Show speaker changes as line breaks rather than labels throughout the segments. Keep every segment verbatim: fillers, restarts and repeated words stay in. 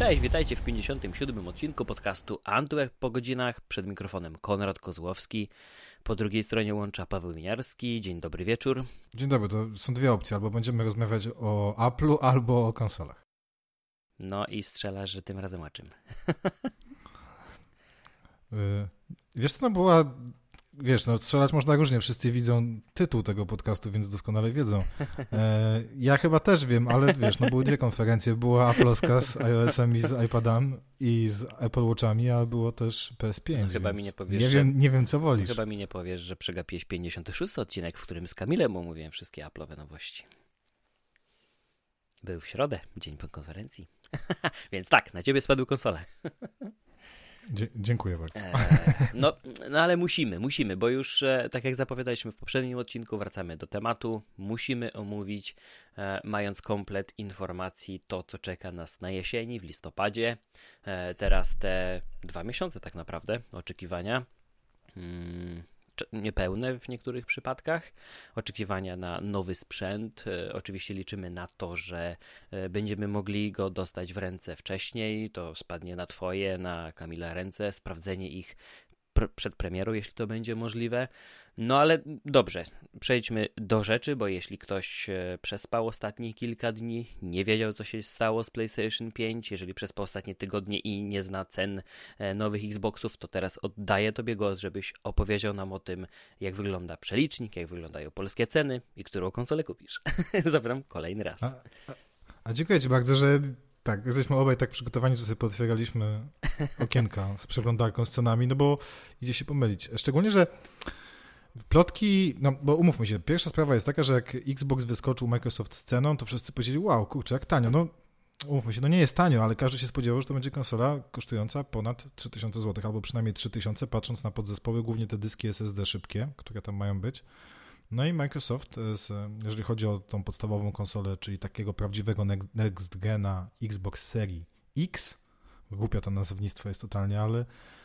Cześć, witajcie w pięćdziesiątym siódmym odcinku podcastu Antwerp po godzinach. Przed mikrofonem Konrad Kozłowski, po drugiej stronie łącza Paweł Miniarski. Dzień dobry wieczór.
Dzień dobry, to są dwie opcje, albo będziemy rozmawiać o Apple'u, albo o konsolach.
No i strzelasz, że tym razem o czym?
Yy, wiesz co, no była... Wiesz, no strzelać można różnie, wszyscy widzą tytuł tego podcastu, więc doskonale wiedzą. E, ja chyba też wiem, ale wiesz, no były dwie konferencje. Była Apple'owska z iOS-em i z iPadem i z Apple Watchami, a było też P S pięć.
No, chyba mi nie powiesz,
nie,
że...
wiem, nie wiem, co wolisz.
Chyba mi nie powiesz, że przegapiłeś pięćdziesiąty szósty odcinek, w którym z Kamilem omówiłem wszystkie Apple'owe nowości. Był w środę, dzień po konferencji. Więc tak, na ciebie spadły konsole.
Dzie- dziękuję bardzo.
Eee, no, no ale musimy, musimy, bo już e, tak jak zapowiadaliśmy w poprzednim odcinku, wracamy do tematu. Musimy omówić, e, mając komplet informacji, to co czeka nas na jesieni, w listopadzie. E, teraz te dwa miesiące tak naprawdę oczekiwania. Hmm. Niepełne w niektórych przypadkach, oczekiwania na nowy sprzęt. Oczywiście liczymy na to, że będziemy mogli go dostać w ręce wcześniej, to spadnie na twoje, na Kamila ręce, sprawdzenie ich pr- przed premierą, jeśli to będzie możliwe. No ale dobrze, przejdźmy do rzeczy, bo jeśli ktoś przespał ostatnich kilka dni, nie wiedział co się stało z PlayStation pięć, jeżeli przespał ostatnie tygodnie i nie zna cen nowych Xboxów, to teraz oddaję tobie głos, żebyś opowiedział nam o tym, jak wygląda przelicznik, jak wyglądają polskie ceny i którą konsolę kupisz. Zabieram kolejny raz.
A, a, a dziękuję ci bardzo, że tak, jesteśmy obaj tak przygotowani, że sobie potwierdzaliśmy okienka z przeglądarką, z cenami, no bo idzie się pomylić. Szczególnie, że plotki, no bo umówmy się, pierwsza sprawa jest taka, że jak Xbox wyskoczył Microsoft z ceną, to wszyscy powiedzieli, wow, kurczę, jak tanio. No umówmy się, no nie jest tanio, ale każdy się spodziewał, że to będzie konsola kosztująca ponad trzy tysiące złotych, albo przynajmniej trzy tysiące, patrząc na podzespoły, głównie te dyski S S D szybkie, które tam mają być. No i Microsoft, z, jeżeli chodzi o tą podstawową konsolę, czyli takiego prawdziwego next, next gena Xbox Series X, głupia to nazewnictwo jest totalnie, ale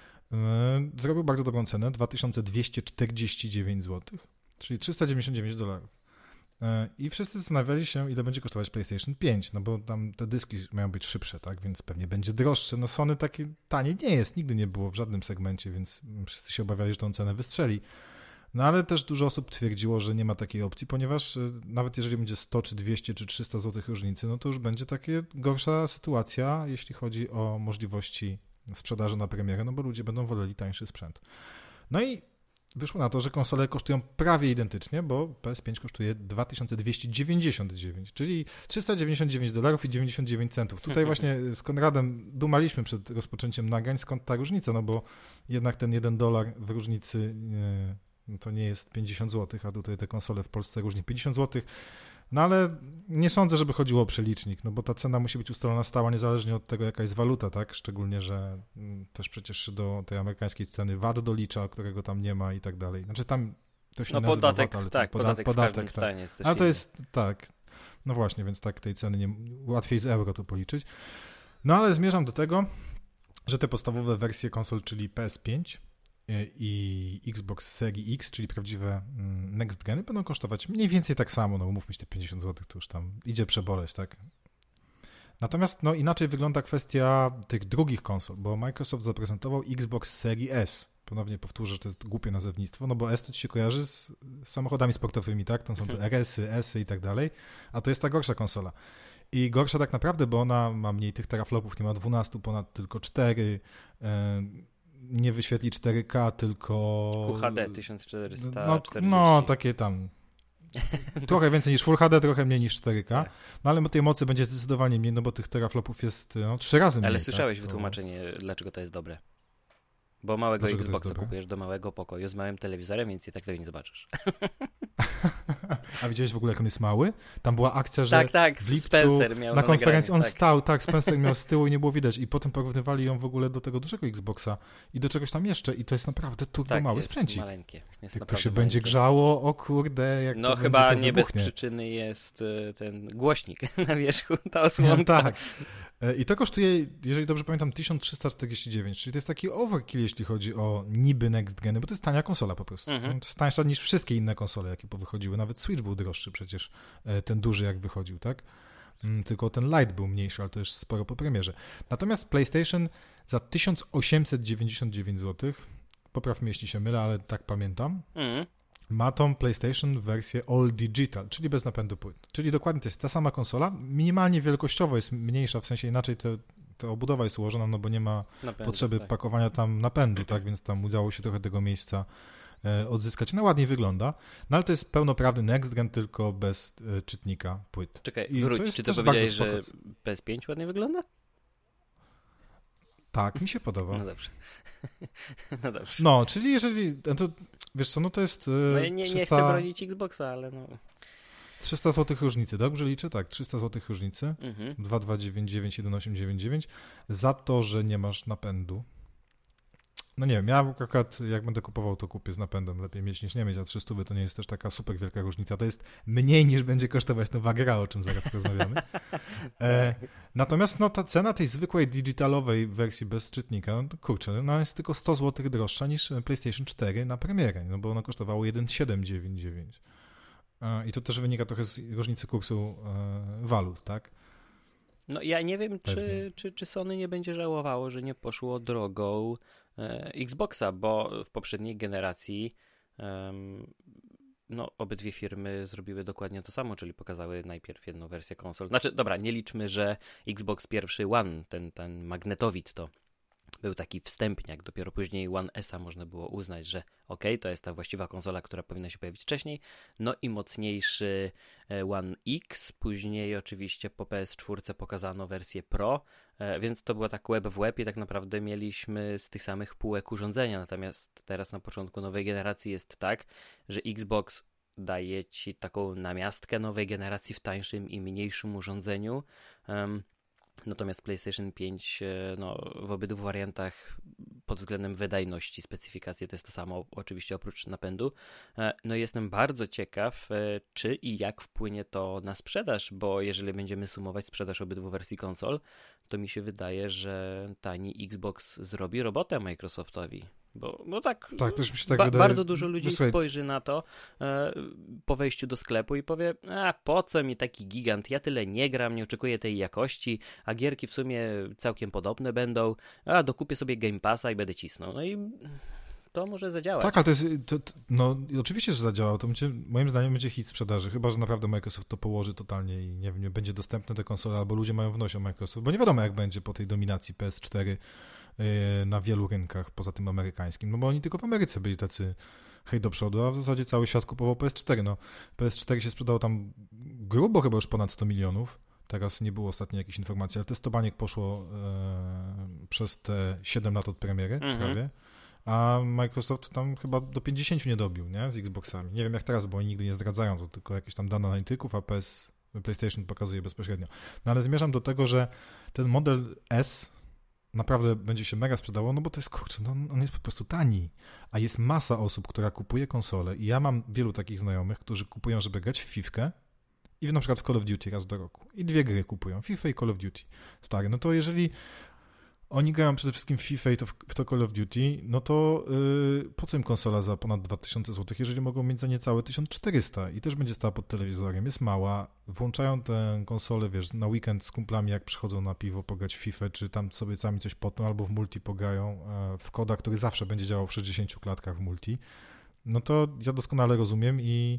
Yy, zrobił bardzo dobrą cenę, dwa tysiące dwieście czterdzieści dziewięć złotych, czyli trzysta dziewięćdziesiąt dziewięć dolarów. Yy, I wszyscy zastanawiali się, ile będzie kosztować PlayStation pięć, no bo tam te dyski mają być szybsze, tak, więc pewnie będzie droższe. No Sony takie tanie nie jest, nigdy nie było w żadnym segmencie, więc wszyscy się obawiali, że tą cenę wystrzeli. No ale też dużo osób twierdziło, że nie ma takiej opcji, ponieważ yy, nawet jeżeli będzie sto, czy dwieście, czy trzysta złotych różnicy, no to już będzie taka gorsza sytuacja, jeśli chodzi o możliwości sprzedaży na premierę, no bo ludzie będą woleli tańszy sprzęt. No i wyszło na to, że konsole kosztują prawie identycznie, bo P S pięć kosztuje dwa tysiące dwieście dziewięćdziesiąt dziewięć, czyli trzysta dziewięćdziesiąt dziewięć dolarów i dziewięćdziesiąt dziewięć centów. Tutaj właśnie z Konradem dumaliśmy przed rozpoczęciem nagrań, skąd ta różnica, no bo jednak ten jeden dolar w różnicy nie, to nie jest pięćdziesiąt złotych, a tutaj te konsole w Polsce różni pięćdziesiąt złotych. No ale nie sądzę, żeby chodziło o przelicznik, no bo ta cena musi być ustalona stała niezależnie od tego, jaka jest waluta, tak? Szczególnie, że też przecież do tej amerykańskiej ceny V A T dolicza, którego tam nie ma i tak dalej. Znaczy tam to się
no,
nazywa
podatek,
V A T, ale
tak,
poda-
podatek,
podatek
w każdym
tak.
stanie jest też
Ale to
inny.
jest, tak, no właśnie, więc tak tej ceny nie, łatwiej z euro to policzyć. No ale zmierzam do tego, że te podstawowe wersje konsol, czyli P S pięć i Xbox Series X, czyli prawdziwe next geny, będą kosztować mniej więcej tak samo, no umówmy się, te pięćdziesiąt złotych to już tam idzie przeboleć, tak? Natomiast no inaczej wygląda kwestia tych drugich konsol, bo Microsoft zaprezentował Xbox Series S. Ponownie powtórzę, że to jest głupie nazewnictwo, no bo S to ci się kojarzy z, z samochodami sportowymi, tak? Tam są to R S-y, S-y i tak dalej, a to jest ta gorsza konsola. I gorsza tak naprawdę, bo ona ma mniej tych teraflopów, nie ma dwanaście, ponad tylko cztery, yy, nie wyświetli cztery K, tylko...
Q H D tysiąc czterysta
no,
czterdzieści.
no, takie tam... Trochę więcej niż Full H D, trochę mniej niż cztery K,
tak.
No ale tej mocy będzie zdecydowanie mniej, no bo tych teraflopów jest no, trzy razy mniej.
Ale słyszałeś
tak?
wytłumaczenie, dlaczego to jest dobre? Bo małego
Dlaczego
Xboxa kupujesz do małego pokoju z małym telewizorem, więc i tak tego nie zobaczysz.
A widziałeś w ogóle, jak on jest mały? Tam była akcja, że
tak, tak,
w lipcu
Spencer miał
na
na
konferencji
nagranie,
on
tak.
stał, tak, Spencer miał z tyłu i nie było widać i potem porównywali ją w ogóle do tego dużego Xboxa i do czegoś tam jeszcze i to jest naprawdę turbo
tak,
mały
jest
sprzęcik.
maleńkie. Jest
Jak to
naprawdę
się będzie
maleńkie.
grzało, o kurde, jak
No
to
chyba
będzie, to
nie bez
wybuchnie.
przyczyny jest ten głośnik na wierzchu, ta osłonka.
Tak. I to kosztuje, jeżeli dobrze pamiętam, tysiąc trzysta czterdzieści dziewięć, czyli to jest taki overkill, jeśli chodzi o niby next geny, bo to jest tania konsola po prostu.
Mhm.
To jest tańsza niż wszystkie inne konsole, jakie powychodziły. Nawet Switch był droższy przecież, ten duży jak wychodził, tak? tylko ten Lite był mniejszy, ale to już sporo po premierze. Natomiast PlayStation za tysiąc osiemset dziewięćdziesiąt dziewięć złotych, popraw mnie jeśli się mylę, ale tak pamiętam, mm. ma tą PlayStation wersję All Digital, czyli bez napędu płyt. Czyli dokładnie to jest ta sama konsola, minimalnie wielkościowo jest mniejsza, w sensie inaczej to ta obudowa jest ułożona, no bo nie ma napędu, potrzeby tak. pakowania tam napędu, tak, więc tam udało się trochę tego miejsca e, odzyskać. No ładniej wygląda, no ale to jest pełnoprawny next gen, tylko bez e, czytnika płyt.
Czekaj, I wróć, to czy to powiedziałeś, że P S pięć ładnie wygląda?
Tak, mi się podoba.
No dobrze. No dobrze.
No, czyli jeżeli, to, wiesz co, no to jest e,
no ja nie, trzysta... nie chcę bronić Xboxa, ale no...
trzysta złotych różnicy, dobrze liczę? Tak, trzysta złotych różnicy, mhm. dwa dwa dziewięć dziewięć jeden osiem dziewięć dziewięć za to, że nie masz napędu. No nie wiem, ja akurat jak będę kupował, to kupię z napędem, lepiej mieć niż nie mieć, a trzysta to nie jest też taka super wielka różnica, to jest mniej niż będzie kosztować nowa gra, o czym zaraz porozmawiamy. E, natomiast no ta cena tej zwykłej digitalowej wersji bez czytnika, no to kurczę, ona jest tylko sto złotych droższa niż PlayStation cztery na premierę, no bo ono kosztowało jeden przecinek siedem dziewięć dziewięć. I to też wynika trochę z różnicy kursu e, walut, tak?
No ja nie wiem, czy, czy, czy Sony nie będzie żałowało, że nie poszło drogą e, Xboxa, bo w poprzedniej generacji e, no, obydwie firmy zrobiły dokładnie to samo, czyli pokazały najpierw jedną wersję konsol. Znaczy, dobra, nie liczmy, że Xbox pierwszy One, ten, ten magnetowid to był taki wstępniak, dopiero później One S a można było uznać, że ok, to jest ta właściwa konsola, która powinna się pojawić wcześniej. No i mocniejszy One X, później oczywiście po P S cztery pokazano wersję Pro, więc to było tak łeb w łeb i tak naprawdę mieliśmy z tych samych półek urządzenia. Natomiast teraz na początku nowej generacji jest tak, że Xbox daje ci taką namiastkę nowej generacji w tańszym i mniejszym urządzeniu. Um, Natomiast PlayStation pięć no, w obydwu wariantach pod względem wydajności, specyfikacji to jest to samo, oczywiście oprócz napędu. No jestem bardzo ciekaw, czy i jak wpłynie to na sprzedaż, bo jeżeli będziemy sumować sprzedaż obydwu wersji konsol, to mi się wydaje, że tani Xbox zrobi robotę Microsoftowi. Bo no tak,
tak, też mi się tak
ba-
wydaje.
Bardzo dużo ludzi Wysłuchaj. spojrzy na to e, po wejściu do sklepu i powie, a po co mi taki gigant, ja tyle nie gram, nie oczekuję tej jakości, a gierki w sumie całkiem podobne będą, a dokupię sobie Game Passa i będę cisnął. No i to może zadziałać.
Tak, ale to jest, to, to, no oczywiście, że zadziałał, to będzie, moim zdaniem będzie hit sprzedaży, chyba że naprawdę Microsoft to położy totalnie i nie wiem, nie będzie dostępne te konsole, albo ludzie mają w nosie Microsoft, bo nie wiadomo jak będzie po tej dominacji P S cztery na wielu rynkach, poza tym amerykańskim, no bo oni tylko w Ameryce byli tacy hej do przodu, a w zasadzie cały świat kupował P S cztery, no P S cztery się sprzedało tam grubo chyba już ponad sto milionów, teraz nie było ostatniej jakiejś informacji, ale testowanie poszło e, przez te siedem lat od premiery mhm. prawie, a Microsoft tam chyba do pięćdziesięciu nie dobił, nie, z Xboxami, nie wiem jak teraz, bo oni nigdy nie zdradzają, to tylko jakieś tam dane analityków, a P S, PlayStation pokazuje bezpośrednio, no ale zmierzam do tego, że ten model S naprawdę będzie się mega sprzedało, no bo to jest, kurczę, no on jest po prostu tani, a jest masa osób, która kupuje konsolę i ja mam wielu takich znajomych, którzy kupują, żeby grać w Fifkę i na przykład w Call of Duty raz do roku i dwie gry kupują, FIFA i Call of Duty stare, no to jeżeli oni grają przede wszystkim w FIFA i to w, w to Call of Duty, no to yy, po co im konsola za ponad dwa tysiące złotych, jeżeli mogą mieć za niecałe tysiąc czterysta i też będzie stała pod telewizorem, jest mała, włączają tę konsolę, wiesz, na weekend z kumplami, jak przychodzą na piwo pograć w FIFA, czy tam sobie sami coś potną, albo w multi pograją, yy, w koda, który zawsze będzie działał w sześćdziesięciu klatkach w multi, no to ja doskonale rozumiem i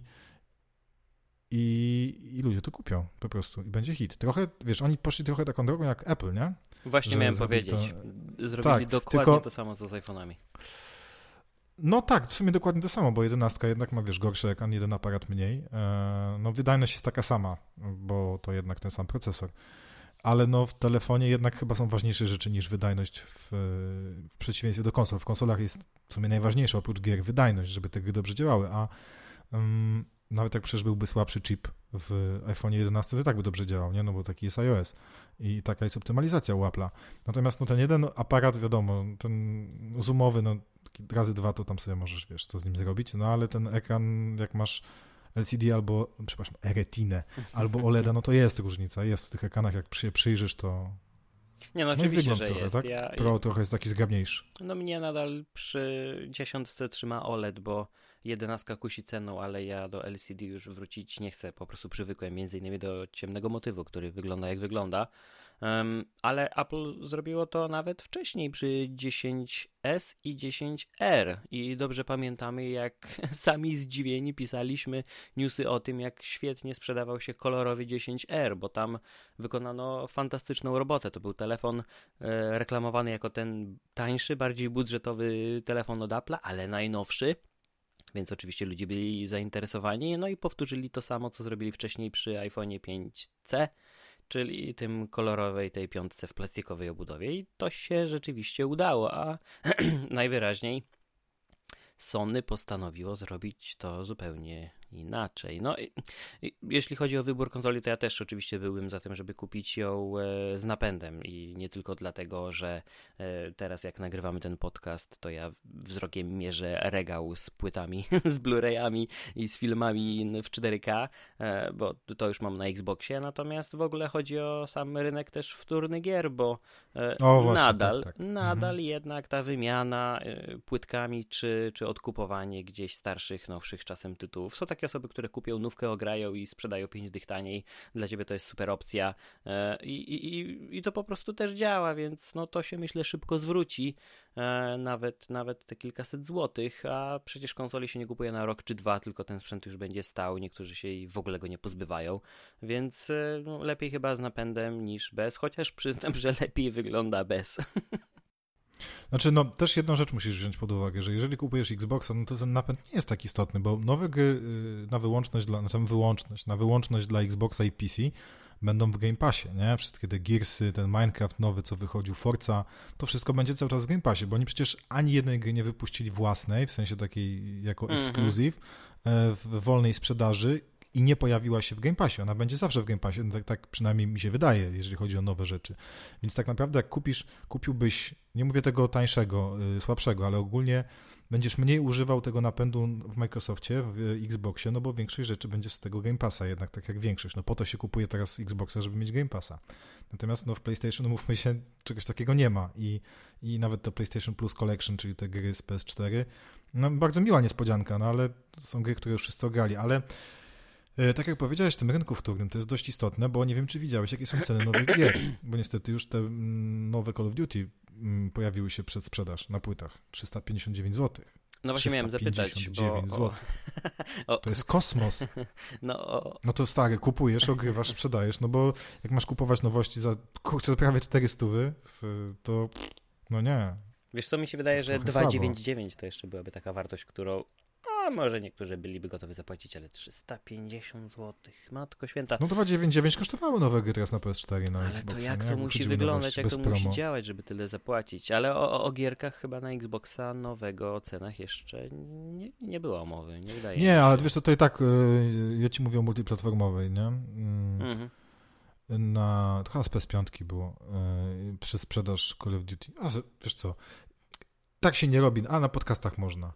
I, I ludzie to kupią po prostu i będzie hit. Trochę, wiesz, oni poszli trochę taką drogą jak Apple, nie?
Właśnie
Że
miałem powiedzieć. To... Zrobili tak, dokładnie tylko... to samo, co z iPhone'ami.
No tak, w sumie dokładnie to samo, bo jedenastka jednak ma, wiesz, gorszy ekran, jeden aparat mniej. No wydajność jest taka sama, bo to jednak ten sam procesor. Ale no w telefonie jednak chyba są ważniejsze rzeczy niż wydajność w, w przeciwieństwie do konsol. W konsolach jest w sumie najważniejsze oprócz gier wydajność, żeby te gry dobrze działały, a um, nawet jak przecież byłby słabszy chip w iPhone jedenaście, to i tak by dobrze działał, nie? No bo taki jest iOS i taka jest optymalizacja u Apple'a. Natomiast no ten jeden aparat, wiadomo, ten zoomowy, no razy dwa to tam sobie możesz, wiesz, co z nim zrobić, no ale ten ekran, jak masz L C D albo, przepraszam, Retinę albo O L E D a, no to jest różnica, jest w tych ekranach, jak się przyjrzysz, to...
Nie, no oczywiście,
no
że
trochę,
jest.
Tak?
Ja,
Pro trochę jest taki zgrabniejszy.
No mnie nadal przy dziesiątce trzyma O L E D, bo jedenastka kusi ceną, ale ja do L C D już wrócić nie chcę, po prostu przywykłem między innymi do ciemnego motywu, który wygląda jak wygląda, um, ale Apple zrobiło to nawet wcześniej przy dziesięć S i dziesięć R i dobrze pamiętamy, jak sami zdziwieni pisaliśmy newsy o tym, jak świetnie sprzedawał się kolorowy dziesięć R, bo tam wykonano fantastyczną robotę. To był telefon e, reklamowany jako ten tańszy, bardziej budżetowy telefon od Apple'a, ale najnowszy, więc oczywiście ludzie byli zainteresowani, no i powtórzyli to samo, co zrobili wcześniej przy iPhone pięć C, czyli tym kolorowej tej piątce w plastikowej obudowie i to się rzeczywiście udało, a najwyraźniej Sony postanowiło zrobić to zupełnie inaczej. No, i, i, jeśli chodzi o wybór konsoli, to ja też oczywiście byłbym za tym, żeby kupić ją e, z napędem i nie tylko dlatego, że e, teraz jak nagrywamy ten podcast, to ja wzrokiem mierzę regał z płytami, z Blu-rayami i z filmami w cztery K, e, bo to już mam na Xboxie, natomiast w ogóle chodzi o sam rynek też wtórny gier, bo e,
o, właśnie,
nadal,
tak, tak.
nadal
mhm.
jednak ta wymiana e, płytkami czy, czy odkupowanie gdzieś starszych, nowszych czasem tytułów są takie osoby, które kupią nówkę, ograją i sprzedają pięć dych taniej. Dla ciebie to jest super opcja i, i, i to po prostu też działa, więc no to się myślę szybko zwróci, nawet, nawet te kilkaset złotych, a przecież konsoli się nie kupuje na rok czy dwa, tylko ten sprzęt już będzie stał, niektórzy się i w ogóle go nie pozbywają, więc no, lepiej chyba z napędem niż bez, chociaż przyznam, że lepiej wygląda bez.
Znaczy, no też jedną rzecz musisz wziąć pod uwagę, że jeżeli kupujesz Xboxa, no to ten napęd nie jest tak istotny, bo nowe gry na wyłączność dla, znaczy wyłączność, na wyłączność dla Xboxa i P C będą w Game Passie, nie? Wszystkie te Gearsy, ten Minecraft nowy, co wychodził, Forza, to wszystko będzie cały czas w Game Passie, bo oni przecież ani jednej gry nie wypuścili własnej, w sensie takiej jako mm-hmm. exclusive, w wolnej sprzedaży i nie pojawiła się w Game Passie. Ona będzie zawsze w Game Passie, no tak, tak przynajmniej mi się wydaje, jeżeli chodzi o nowe rzeczy. Więc tak naprawdę jak kupisz, kupiłbyś, nie mówię tego tańszego, yy, słabszego, ale ogólnie będziesz mniej używał tego napędu w Microsoftie, w Xboxie, no bo większość rzeczy będzie z tego Game Passa jednak, tak jak większość. No po to się kupuje teraz Xboxa, żeby mieć Game Passa. Natomiast no w PlayStation, mówmy się, czegoś takiego nie ma i, i nawet to PlayStation Plus Collection, czyli te gry z P S cztery, no bardzo miła niespodzianka, no ale to są gry, które już wszyscy ograli, ale tak jak powiedziałeś, w tym rynku wtórnym to jest dość istotne, bo nie wiem, czy widziałeś, jakie są ceny nowych gier, bo niestety już te nowe Call of Duty pojawiły się przed sprzedaż na płytach. trzysta pięćdziesiąt dziewięć złotych.
No właśnie miałem zapytać, bo...
złotych. O... To jest kosmos.
No, o...
no to stary, kupujesz, ogrywasz, sprzedajesz, no bo jak masz kupować nowości za, kurczę, prawie czterysta, to no nie.
Wiesz co, mi się wydaje, że dwieście dziewięćdziesiąt dziewięć to jeszcze byłaby taka wartość, którą a może niektórzy byliby gotowi zapłacić, ale trzysta pięćdziesiąt złotych, matko święta.
No to dwieście dziewięćdziesiąt dziewięć kosztowały nowe gry teraz na P S cztery, na
ale
Xboxa.
to jak
nie?
to
jak
musi wyglądać, jak to
promo.
musi działać, żeby tyle zapłacić. Ale o, o gierkach chyba na Xboxa nowego o cenach jeszcze nie, nie było mowy, nie wydaje mi się.
Nie, ale wiesz, to tutaj tak, ja ci mówię o multiplatformowej, nie? Mhm. Na, to chyba z P S pięć było, przez sprzedaż Call of Duty. A wiesz co, tak się nie robi, a na podcastach można.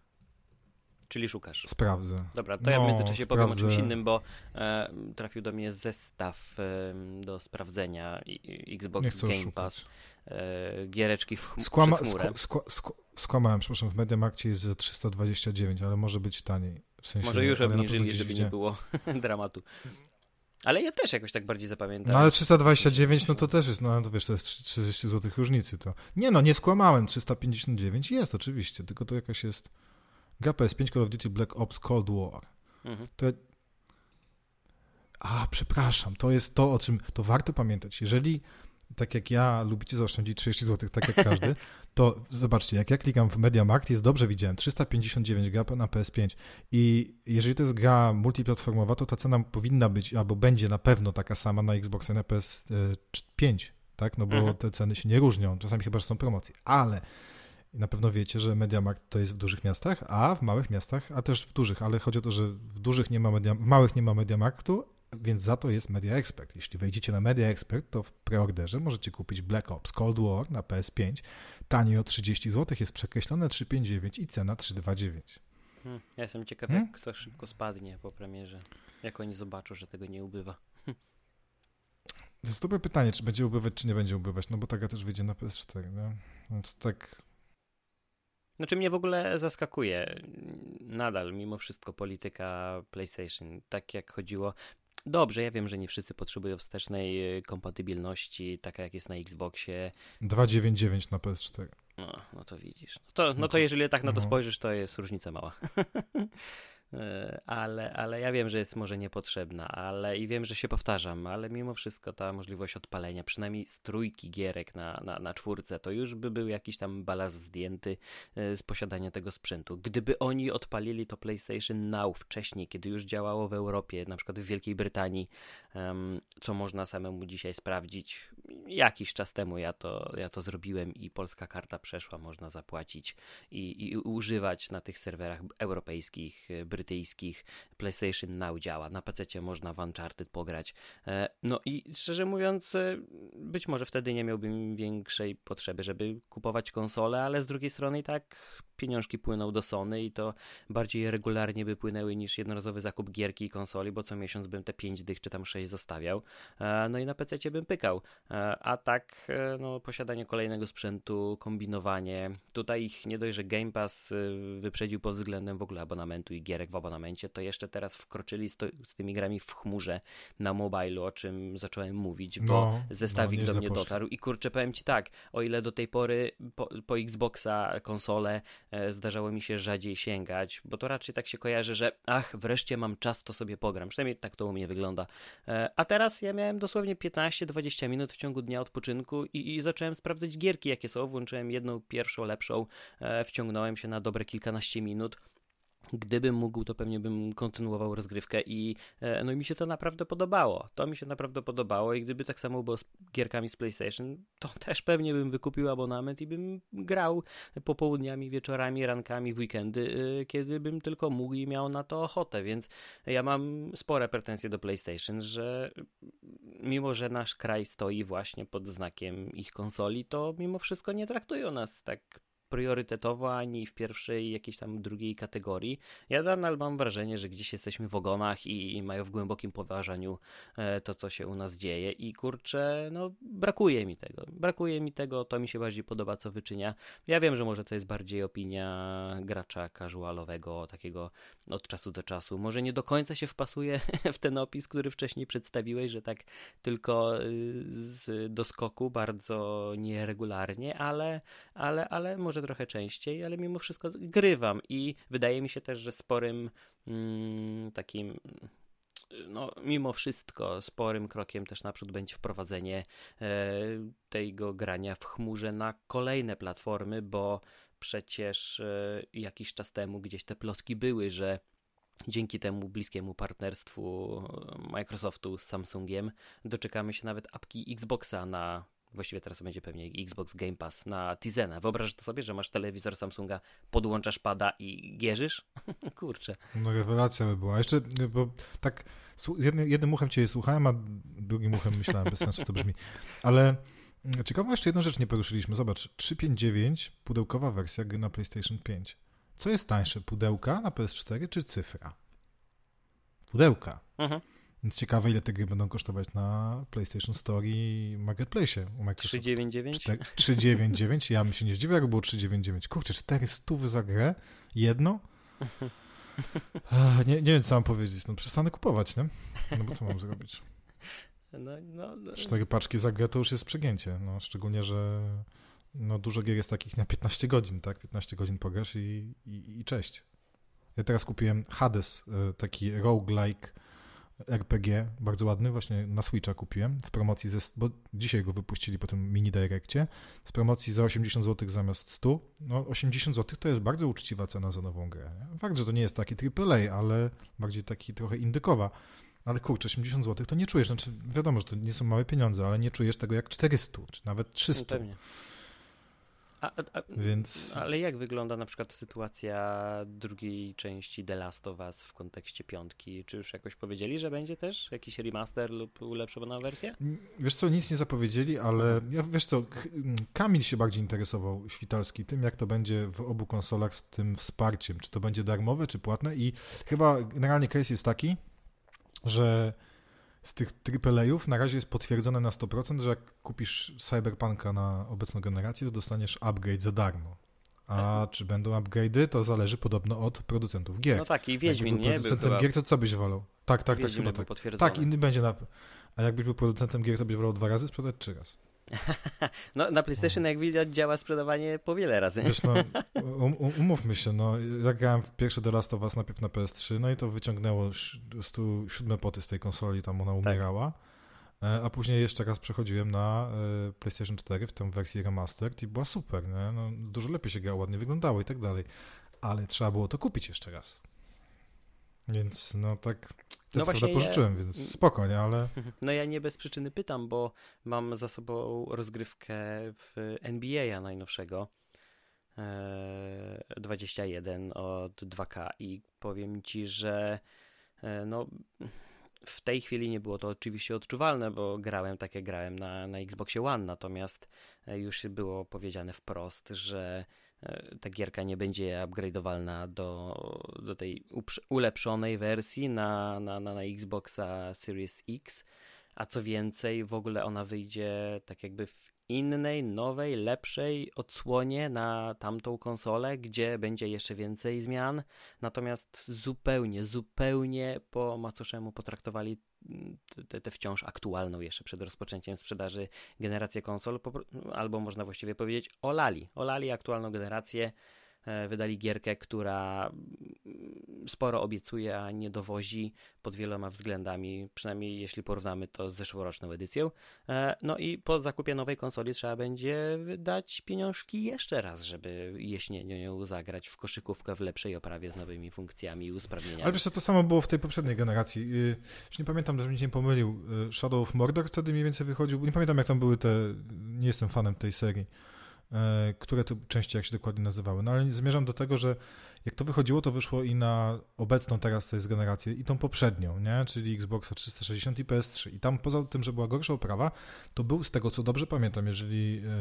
Czyli szukasz.
Sprawdzę.
Dobra, to
no,
ja w międzyczasie
sprawdzę.
powiem o czymś innym, bo e, trafił do mnie zestaw e, do sprawdzenia i, Xbox Game Pass, e, giereczki w chm-
Skłama,
przez chmurę.
Skła, skła, skłamałem, przepraszam, w Mediamarkcie jest za trzysta dwadzieścia dziewięć, ale może być taniej. W sensie,
może już obniżyli, żeby
widzia...
nie było dramatu. Ale ja też jakoś tak bardziej zapamiętam.
No ale trzysta dwadzieścia dziewięć, no to też jest, no to wiesz, to jest trzydzieści złotych różnicy. To. Nie no, nie skłamałem, trzysta pięćdziesiąt dziewięć jest oczywiście, tylko to jakaś jest... Gra P S pięć, Call of Duty Black Ops Cold War. Mhm. To... A, przepraszam, to jest to, o czym to warto pamiętać. Jeżeli, tak jak ja, lubicie zaoszczędzić trzydzieści złotych, tak jak każdy, to zobaczcie, jak ja klikam w MediaMarkt, jest dobrze widziałem, trzysta pięćdziesiąt dziewięć gra na P S pięć i jeżeli to jest gra multiplatformowa, to ta cena powinna być, albo będzie na pewno taka sama na Xboxa i na P S pięć, tak, no bo mhm. te ceny się nie różnią, czasami chyba, że są promocje, ale na pewno wiecie, że MediaMarkt to jest w dużych miastach, a w małych miastach, a też w dużych, ale chodzi o to, że w dużych nie ma media, w małych nie ma MediaMarktu, więc za to jest Media Expert. Jeśli wejdziecie na Media Expert, to w preorderze możecie kupić Black Ops Cold War na P S pięć. Taniej o trzydzieści złotych, jest przekreślone trzysta pięćdziesiąt dziewięć i cena trzysta dwadzieścia dziewięć.
Hmm, ja jestem ciekaw,
hmm?
jak to szybko spadnie po premierze. Jak oni zobaczą, że tego nie ubywa.
To jest dobre pytanie, czy będzie ubywać, czy nie będzie ubywać, no bo ta gra też wyjdzie na P S cztery, nie? Więc tak...
Znaczy mnie w ogóle zaskakuje nadal mimo wszystko polityka PlayStation, tak jak chodziło. Dobrze, ja wiem, że nie wszyscy potrzebują wstecznej kompatybilności, taka jak jest na Xboxie.
dwieście dziewięćdziesiąt dziewięć na P S cztery.
No, no to widzisz. No to, no to jeżeli tak na to spojrzysz, to jest różnica mała. ale, ale ja wiem, że jest może niepotrzebna, ale i wiem, że się powtarzam, ale mimo wszystko ta możliwość odpalenia, przynajmniej z trójki gierek na, na, na czwórce, to już by był jakiś tam balast zdjęty z posiadania tego sprzętu. Gdyby oni odpalili to PlayStation Now wcześniej, kiedy już działało w Europie, na przykład w Wielkiej Brytanii, um, co można samemu dzisiaj sprawdzić, jakiś czas temu ja to, ja to zrobiłem i polska karta przeszła, można zapłacić i, i używać na tych serwerach europejskich, brytyjskich. PlayStation Now działa, na pececie można w Uncharted pograć. No i szczerze mówiąc, być może wtedy nie miałbym większej potrzeby, żeby kupować konsolę, ale z drugiej strony i tak pieniążki płyną do Sony i to bardziej regularnie by płynęły niż jednorazowy zakup gierki i konsoli, bo co miesiąc bym te pięć dych czy tam sześć zostawiał. No i na pececie bym pykał. A tak, no, posiadanie kolejnego sprzętu, kombinowanie. Tutaj ich nie dość, że Game Pass wyprzedził pod względem w ogóle abonamentu i gierek w abonamencie, to jeszcze teraz wkroczyli z, to, z tymi grami w chmurze na mobilu, o czym zacząłem mówić, bo
no,
zestawik
no,
do mnie
poszli.
dotarł i kurczę, powiem ci tak, o ile do tej pory po, po Xboxa konsole e, zdarzało mi się rzadziej sięgać, bo to raczej tak się kojarzy, że ach, wreszcie mam czas, to sobie pogram. Przynajmniej tak to u mnie wygląda. E, a teraz ja miałem dosłownie piętnaście dwadzieścia minut w ciągu dnia odpoczynku i, i zacząłem sprawdzać gierki, jakie są. Włączyłem jedną pierwszą, lepszą, e, wciągnąłem się na dobre kilkanaście minut. Gdybym mógł, to pewnie bym kontynuował rozgrywkę i no i mi się to naprawdę podobało. To mi się naprawdę podobało i gdyby tak samo było z gierkami z PlayStation, to też pewnie bym wykupił abonament i bym grał popołudniami, wieczorami, rankami, w weekendy, kiedy bym tylko mógł i miał na to ochotę, więc ja mam spore pretensje do PlayStation, że mimo, że nasz kraj stoi właśnie pod znakiem ich konsoli, to mimo wszystko nie traktują nas tak priorytetowo, ani w pierwszej, jakiejś tam drugiej kategorii. Ja nadal mam wrażenie, że gdzieś jesteśmy w ogonach i, i mają w głębokim poważaniu e, to, co się u nas dzieje i kurczę, no brakuje mi tego. Brakuje mi tego, to mi się bardziej podoba, co wyczynia. Ja wiem, że może to jest bardziej opinia gracza casualowego, takiego od czasu do czasu. Może nie do końca się wpasuje w ten opis, który wcześniej przedstawiłeś, że tak tylko z doskoku, bardzo nieregularnie, ale, ale, ale może trochę częściej, ale mimo wszystko grywam i wydaje mi się też, że sporym mm, takim no mimo wszystko sporym krokiem też naprzód będzie wprowadzenie e, tego grania w chmurze na kolejne platformy, bo przecież e, jakiś czas temu gdzieś te plotki były, że dzięki temu bliskiemu partnerstwu Microsoftu z Samsungiem doczekamy się nawet apki Xboxa na właściwie teraz to będzie pewnie Xbox Game Pass na Tizena. Wyobrażasz to sobie, że masz telewizor Samsunga, podłączasz pada i gierzysz? Kurczę.
No rewelacja by była. Jeszcze, bo tak z jednym, jednym uchem cię słuchałem, a drugim uchem myślałem, bez sensu to brzmi. Ale ciekawą jeszcze jedną rzecz nie poruszyliśmy. Zobacz, trzysta pięćdziesiąt dziewięć, pudełkowa wersja gry na PlayStation pięć. Co jest tańsze, pudełka na P S cztery czy cyfra? Pudełka. Mhm. Więc ciekawe, ile te gry będą kosztować na PlayStation Store i Marketplace u Microsoftu.
trzysta dziewięćdziesiąt dziewięć?
trzysta dziewięćdziesiąt dziewięć? Ja bym się nie zdziwił, jak było trzysta dziewięćdziesiąt dziewięć. Kurczę, czterysta za grę? Jedno? nie, nie wiem, co mam powiedzieć. No przestanę kupować, nie? No bo co mam zrobić? No, no, no. Cztery paczki za grę to już jest przegięcie. No, szczególnie, że no, dużo gier jest takich na piętnaście godzin, tak? piętnaście godzin pograsz i, i, i cześć. Ja teraz kupiłem Hades, taki roguelike R P G, bardzo ładny, właśnie na Switcha kupiłem, w promocji, ze, bo dzisiaj go wypuścili po tym mini direccie, z promocji za osiemdziesiąt złotych zamiast stu. No osiemdziesiąt złotych to jest bardzo uczciwa cena za nową grę. Nie? Fakt, że to nie jest taki triple A, ale bardziej taki trochę indykowa. Ale kurczę, osiemdziesiąt złotych to nie czujesz, znaczy wiadomo, że to nie są małe pieniądze, ale nie czujesz tego jak czterysta, czy nawet trzysta.
No pewnie. A, a, Więc... Ale jak wygląda na przykład sytuacja drugiej części The Last of Us w kontekście piątki? Czy już jakoś powiedzieli, że będzie też jakiś remaster lub ulepszona wersja?
Wiesz co, nic nie zapowiedzieli, ale ja, wiesz co, Kamil się bardziej interesował, Świtalski, tym jak to będzie w obu konsolach z tym wsparciem. Czy to będzie darmowe, czy płatne i chyba generalnie case jest taki, że z tych triple A-ów na razie jest potwierdzone na sto procent, że jak kupisz Cyberpunka na obecną generację, to dostaniesz upgrade za darmo. A czy będą upgrade'y, to zależy podobno od producentów gier.
No tak, i Wiedźmin, nie?
Producentem
był
gier, to co byś wolał? Tak, tak, tak, chyba tak.
potwierdzony.
Tak, inny będzie na... A jakbyś był producentem gier, to byś wolał dwa razy sprzedać, trzy razy?
No na PlayStation, no. jak widać, działa sprzedawanie po wiele razy.
Wiesz, no, um, umówmy się, no, ja grałem w pierwszy The Last of Us najpierw na P S trzy, no i to wyciągnęło stu siódme poty z tej konsoli, tam ona umierała, tak. A później jeszcze raz przechodziłem na PlayStation cztery w tę wersję remastered i była super, nie? No, dużo lepiej się grało, ładnie wyglądało i tak dalej, ale trzeba było to kupić jeszcze raz. Więc no tak, no prawda pożyczyłem, ja... więc spoko, nie, ale...
No ja nie bez przyczyny pytam, bo mam za sobą rozgrywkę w N B A najnowszego, e, dwadzieścia jeden od dwa K i powiem ci, że e, no w tej chwili nie było to oczywiście odczuwalne, bo grałem tak jak grałem na, na Xboxie One, natomiast już było powiedziane wprost, że ta gierka nie będzie upgrade'owalna do, do tej ulepszonej wersji na, na, na, na Xboxa Series X, a co więcej w ogóle ona wyjdzie tak jakby w innej, nowej, lepszej odsłonie na tamtą konsolę, gdzie będzie jeszcze więcej zmian, natomiast zupełnie, zupełnie po macoszemu potraktowali tę wciąż aktualną jeszcze przed rozpoczęciem sprzedaży generację konsol, albo można właściwie powiedzieć olali, olali aktualną generację, wydali gierkę, która sporo obiecuje, a nie dowozi pod wieloma względami, przynajmniej jeśli porównamy to z zeszłoroczną edycją. No i po zakupie nowej konsoli trzeba będzie wydać pieniążki jeszcze raz, żeby jesienią zagrać w koszykówkę w lepszej oprawie z nowymi funkcjami i usprawnieniami.
Ale wiesz co, to samo było w tej poprzedniej generacji. Już nie pamiętam, żebym się nie pomylił. Shadow of Mordor wtedy mniej więcej wychodził. Nie pamiętam, jak tam były te... Nie jestem fanem tej serii. Które to części jak się dokładnie nazywały. No ale zmierzam do tego, że jak to wychodziło, to wyszło i na obecną teraz to jest generację i tą poprzednią, nie? Czyli Xboxa trzysta sześćdziesiąt i P S trzy. I tam poza tym, że była gorsza oprawa, to był z tego, co dobrze pamiętam, jeżeli yy,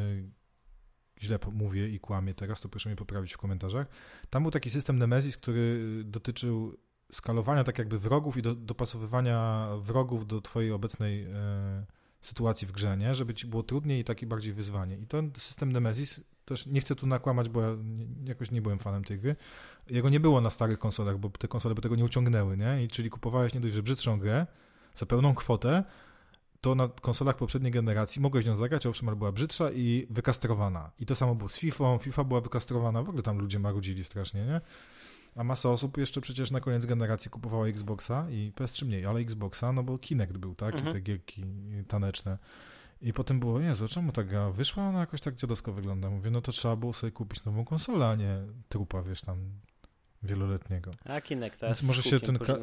źle mówię i kłamię teraz, to proszę mnie poprawić w komentarzach. Tam był taki system Nemesis, który dotyczył skalowania tak jakby wrogów i do, dopasowywania wrogów do twojej obecnej yy, sytuacji w grze, nie? Żeby ci było trudniej i taki bardziej wyzwanie. I ten system Nemesis, też nie chcę tu nakłamać, bo ja jakoś nie byłem fanem tej gry. Jego nie było na starych konsolach, bo te konsole by tego nie uciągnęły, nie? I czyli kupowałeś nie dość, że brzydszą grę za pełną kwotę, to na konsolach poprzedniej generacji mogłeś nią zagrać, owszem, ale była brzydsza i wykastrowana. I to samo było z FIFA, FIFA była wykastrowana, w ogóle tam ludzie marudzili strasznie, nie? A masa osób jeszcze przecież na koniec generacji kupowała Xboxa i P S trzy mniej, ale Xboxa, no bo Kinect był, tak? Mhm. I te gierki taneczne. I potem było, Jezu, czemu ta gra wyszła? Ona jakoś tak dziadowsko wygląda. Mówię, no to trzeba było sobie kupić nową konsolę, a nie trupa, wiesz, tam wieloletniego.
A Kinect, a z
może się ten ka-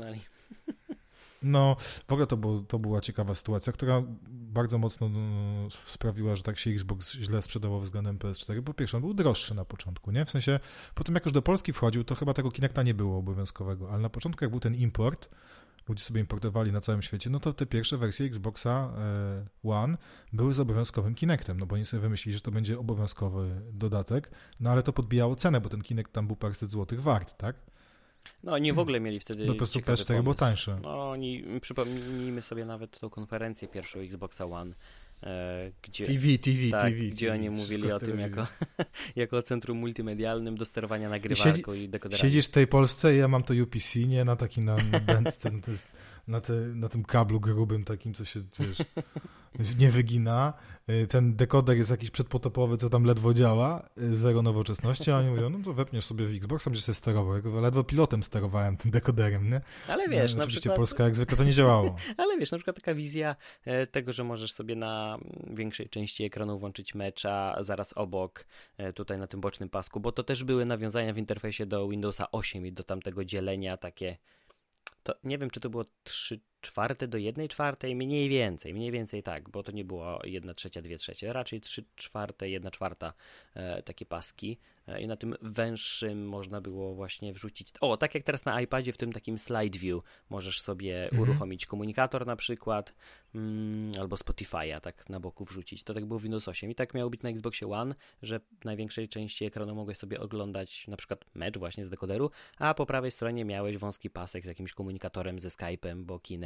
No, w ogóle to, było, to była ciekawa sytuacja, która bardzo mocno no, sprawiła, że tak się Xbox źle sprzedawał względem P S cztery. Po pierwsze, on był droższy na początku, nie? W sensie, potem jak już do Polski wchodził, to chyba tego Kinecta nie było obowiązkowego, ale na początku jak był ten import, ludzie sobie importowali na całym świecie, no to te pierwsze wersje Xboxa e, One były z obowiązkowym Kinectem, no bo oni sobie wymyślili, że to będzie obowiązkowy dodatek, no ale to podbijało cenę, bo ten Kinect tam był paręset złotych wart, tak?
No oni w ogóle mieli wtedy
po prostu P S cztery było tańsze.
No oni, przypomnijmy sobie nawet tą konferencję pierwszą Xboxa One, e, gdzie,
T V, T V,
tak,
T V.
gdzie
T V,
oni mówili o tym jako, jako centrum multimedialnym do sterowania nagrywarką i, siedzi, i dekoderami.
Siedzisz w tej Polsce i ja mam to U P C, nie? Na takim na, na, ten, ten, na, te, na tym kablu grubym takim, co się, wiesz, nie wygina. Ten dekoder jest jakiś przedpotopowy, co tam ledwo działa, zero nowoczesności, a oni mówią, no to wepniesz sobie w Xboxa, będziesz sobie sterował. Ja ledwo pilotem sterowałem tym dekoderem, nie?
Ale wiesz,
no,
na
oczywiście
przykład...
Polska jak zwykle to nie działało.
Ale wiesz, na przykład taka wizja tego, że możesz sobie na większej części ekranu włączyć mecza, zaraz obok, tutaj na tym bocznym pasku, bo to też były nawiązania w interfejsie do Windowsa osiem i do tamtego dzielenia takie, to nie wiem, czy to było trzy czwarte do jednej czwartej, mniej więcej, mniej więcej tak, bo to nie było jedna trzecia, dwie trzecie, raczej trzy czwarte, jedna czwarta e, takie paski e, i na tym węższym można było właśnie wrzucić, o, tak jak teraz na iPadzie w tym takim slide view możesz sobie mhm. uruchomić komunikator na przykład, mm, albo Spotify'a tak na boku wrzucić, to tak było w Windows osiem i tak miało być na Xboxie One, że w największej części ekranu mogłeś sobie oglądać na przykład mecz właśnie z dekoderu, a po prawej stronie miałeś wąski pasek z jakimś komunikatorem ze Skype'em, bo Kinect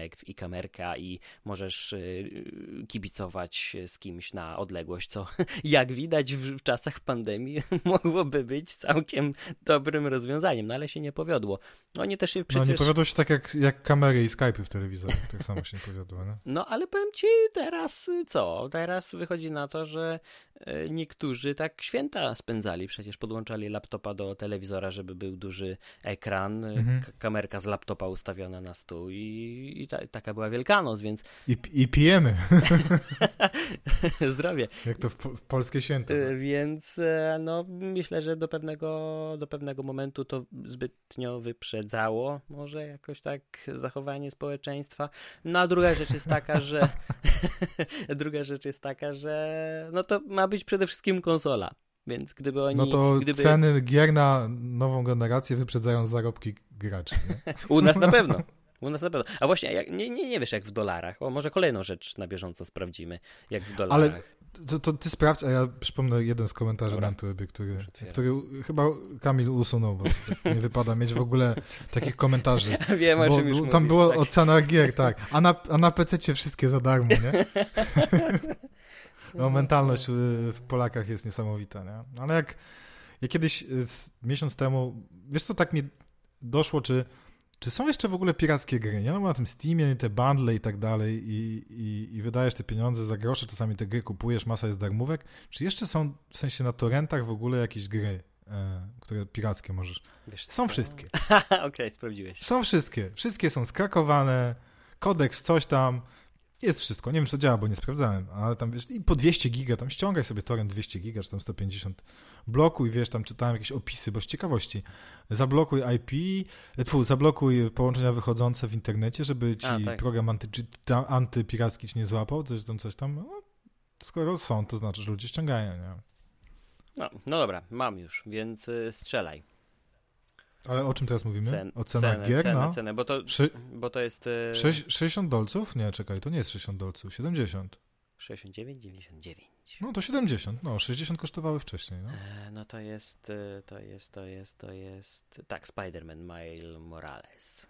projekt i kamerka i możesz kibicować z kimś na odległość, co jak widać w, w czasach pandemii mogłoby być całkiem dobrym rozwiązaniem, no ale się nie powiodło. Oni też się przecież...
No nie powiodło się tak jak, jak kamery i Skype'y w telewizorach, tak samo się nie powiodło, nie?
No ale powiem ci teraz co? Teraz wychodzi na to, że niektórzy tak święta spędzali, przecież podłączali laptopa do telewizora, żeby był duży ekran, mhm. k- kamerka z laptopa ustawiona na stół i, i ta, taka była Wielkanoc, więc...
I, i pijemy.
Zdrowie.
Jak to w, w polskie święto. Tak?
Więc no myślę, że do pewnego, do pewnego momentu to zbytnio wyprzedzało może jakoś tak zachowanie społeczeństwa. No a druga rzecz jest taka, że druga rzecz jest taka, że no to ma być przede wszystkim konsola. Więc gdyby oni...
No to
gdyby...
ceny gier na nową generację wyprzedzają zarobki graczy. Nie?
U nas na pewno. U nas na pewno. A właśnie, jak, nie, nie, nie wiesz jak w dolarach. O, może kolejną rzecz na bieżąco sprawdzimy, jak w dolarach.
Ale to, to ty sprawdź, a ja przypomnę jeden z komentarzy Dobra. na Antwerpie, który, który chyba Kamil usunął, bo nie wypada mieć w ogóle takich komentarzy.
Wiem, o czym już
Tam
mówisz,
było
tak.
o cenach gier, tak. A na, a na pececie wszystkie za darmo, nie? No, mentalność w Polakach jest niesamowita, nie? Ale jak ja kiedyś miesiąc temu, wiesz co, tak mi doszło, czy, czy są jeszcze w ogóle pirackie gry, nie? No na tym Steamie, te bundle i tak dalej i, i, i wydajesz te pieniądze za grosze, czasami te gry kupujesz, masa jest darmówek. Czy jeszcze są w sensie na torrentach w ogóle jakieś gry, e, które pirackie możesz?
Wiesz,
są
co?
wszystkie.
Okej, okay, sprawdziłeś.
Są wszystkie. Wszystkie są skrakowane, kodeks, coś tam. Jest wszystko. Nie wiem, czy to działa, bo nie sprawdzałem, ale tam wiesz, i po dwieście giga, tam ściągaj sobie torrent dwieście giga, czy tam sto pięćdziesiąt, blokuj, wiesz, tam czytałem jakieś opisy, bo z ciekawości, zablokuj I P, tfu, zablokuj połączenia wychodzące w internecie, żeby ci A, tak. program anty, antypiracki ci nie złapał, coś tam, coś tam, no, skoro są, to znaczy, że ludzie ściągają, nie?
No, no dobra, mam już, więc y, strzelaj.
Ale o czym teraz mówimy?
Cen,
o cenach
cenę,
gier?
Cenę,
no?
cenę, bo to,
Szy...
bo to jest... Y...
sześćdziesiąt dolców? Nie, czekaj, to nie jest sześćdziesiąt dolców, siedemdziesiąt.
sześćdziesiąt dziewięć, dziewięćdziesiąt dziewięć.
No to siedemdziesiąt, no sześćdziesiąt kosztowały wcześniej. No,
e, no to jest, to jest, to jest, to jest... Tak, Spider-Man Miles Morales.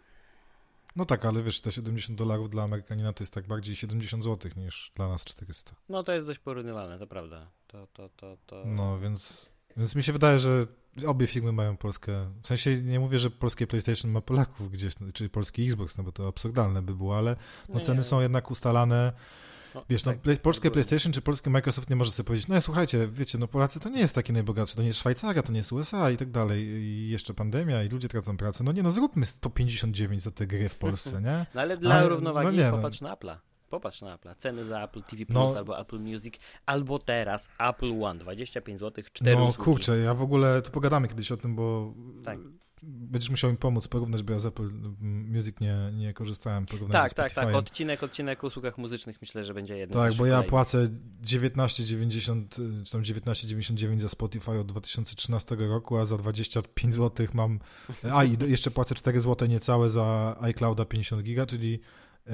No tak, ale wiesz, te siedemdziesiąt dolarów dla Amerykanina to jest tak bardziej siedemdziesiąt złotych niż dla nas czterysta.
No to jest dość porównywalne, to prawda. To, to, to, to...
No więc, więc mi się wydaje, że obie firmy mają Polskę, w sensie nie mówię, że polskie PlayStation ma Polaków gdzieś, czy polski Xbox, no bo to absurdalne by było, ale no, ceny nie. są jednak ustalane. No, wiesz, tak, no polskie PlayStation czy polski Microsoft nie może sobie powiedzieć, no słuchajcie, wiecie, no Polacy to nie jest taki najbogatszy, to nie jest Szwajcaria, to nie jest U S A i tak dalej, i jeszcze pandemia i ludzie tracą pracę. No nie, no zróbmy sto pięćdziesiąt dziewięć za te gry w Polsce, nie?
No ale dla ale, równowagi
no nie,
popatrz
no.
na Apple'a. Popatrz na Apple'a. Ceny za Apple T V Plus no, albo Apple Music, albo teraz Apple One, dwadzieścia pięć złotych, cztery
No
usługi.
kurczę, ja w ogóle, tu pogadamy kiedyś o tym, bo
tak.
będziesz musiał mi pomóc porównać, bo ja z Apple Music nie, nie korzystałem.
Tak, tak, tak. Odcinek, odcinek o usługach muzycznych myślę, że będzie jeden
Tak,
z
bo ja
kolejnych.
płacę dziewiętnaście dziewięćdziesiąt, czy tam dziewiętnaście dziewięćdziesiąt dziewięć za Spotify od dwa tysiące trzynastego roku, a za dwadzieścia pięć złotych mam, a i jeszcze płacę cztery złote niecałe za iClouda pięćdziesiąt giga, czyli yy,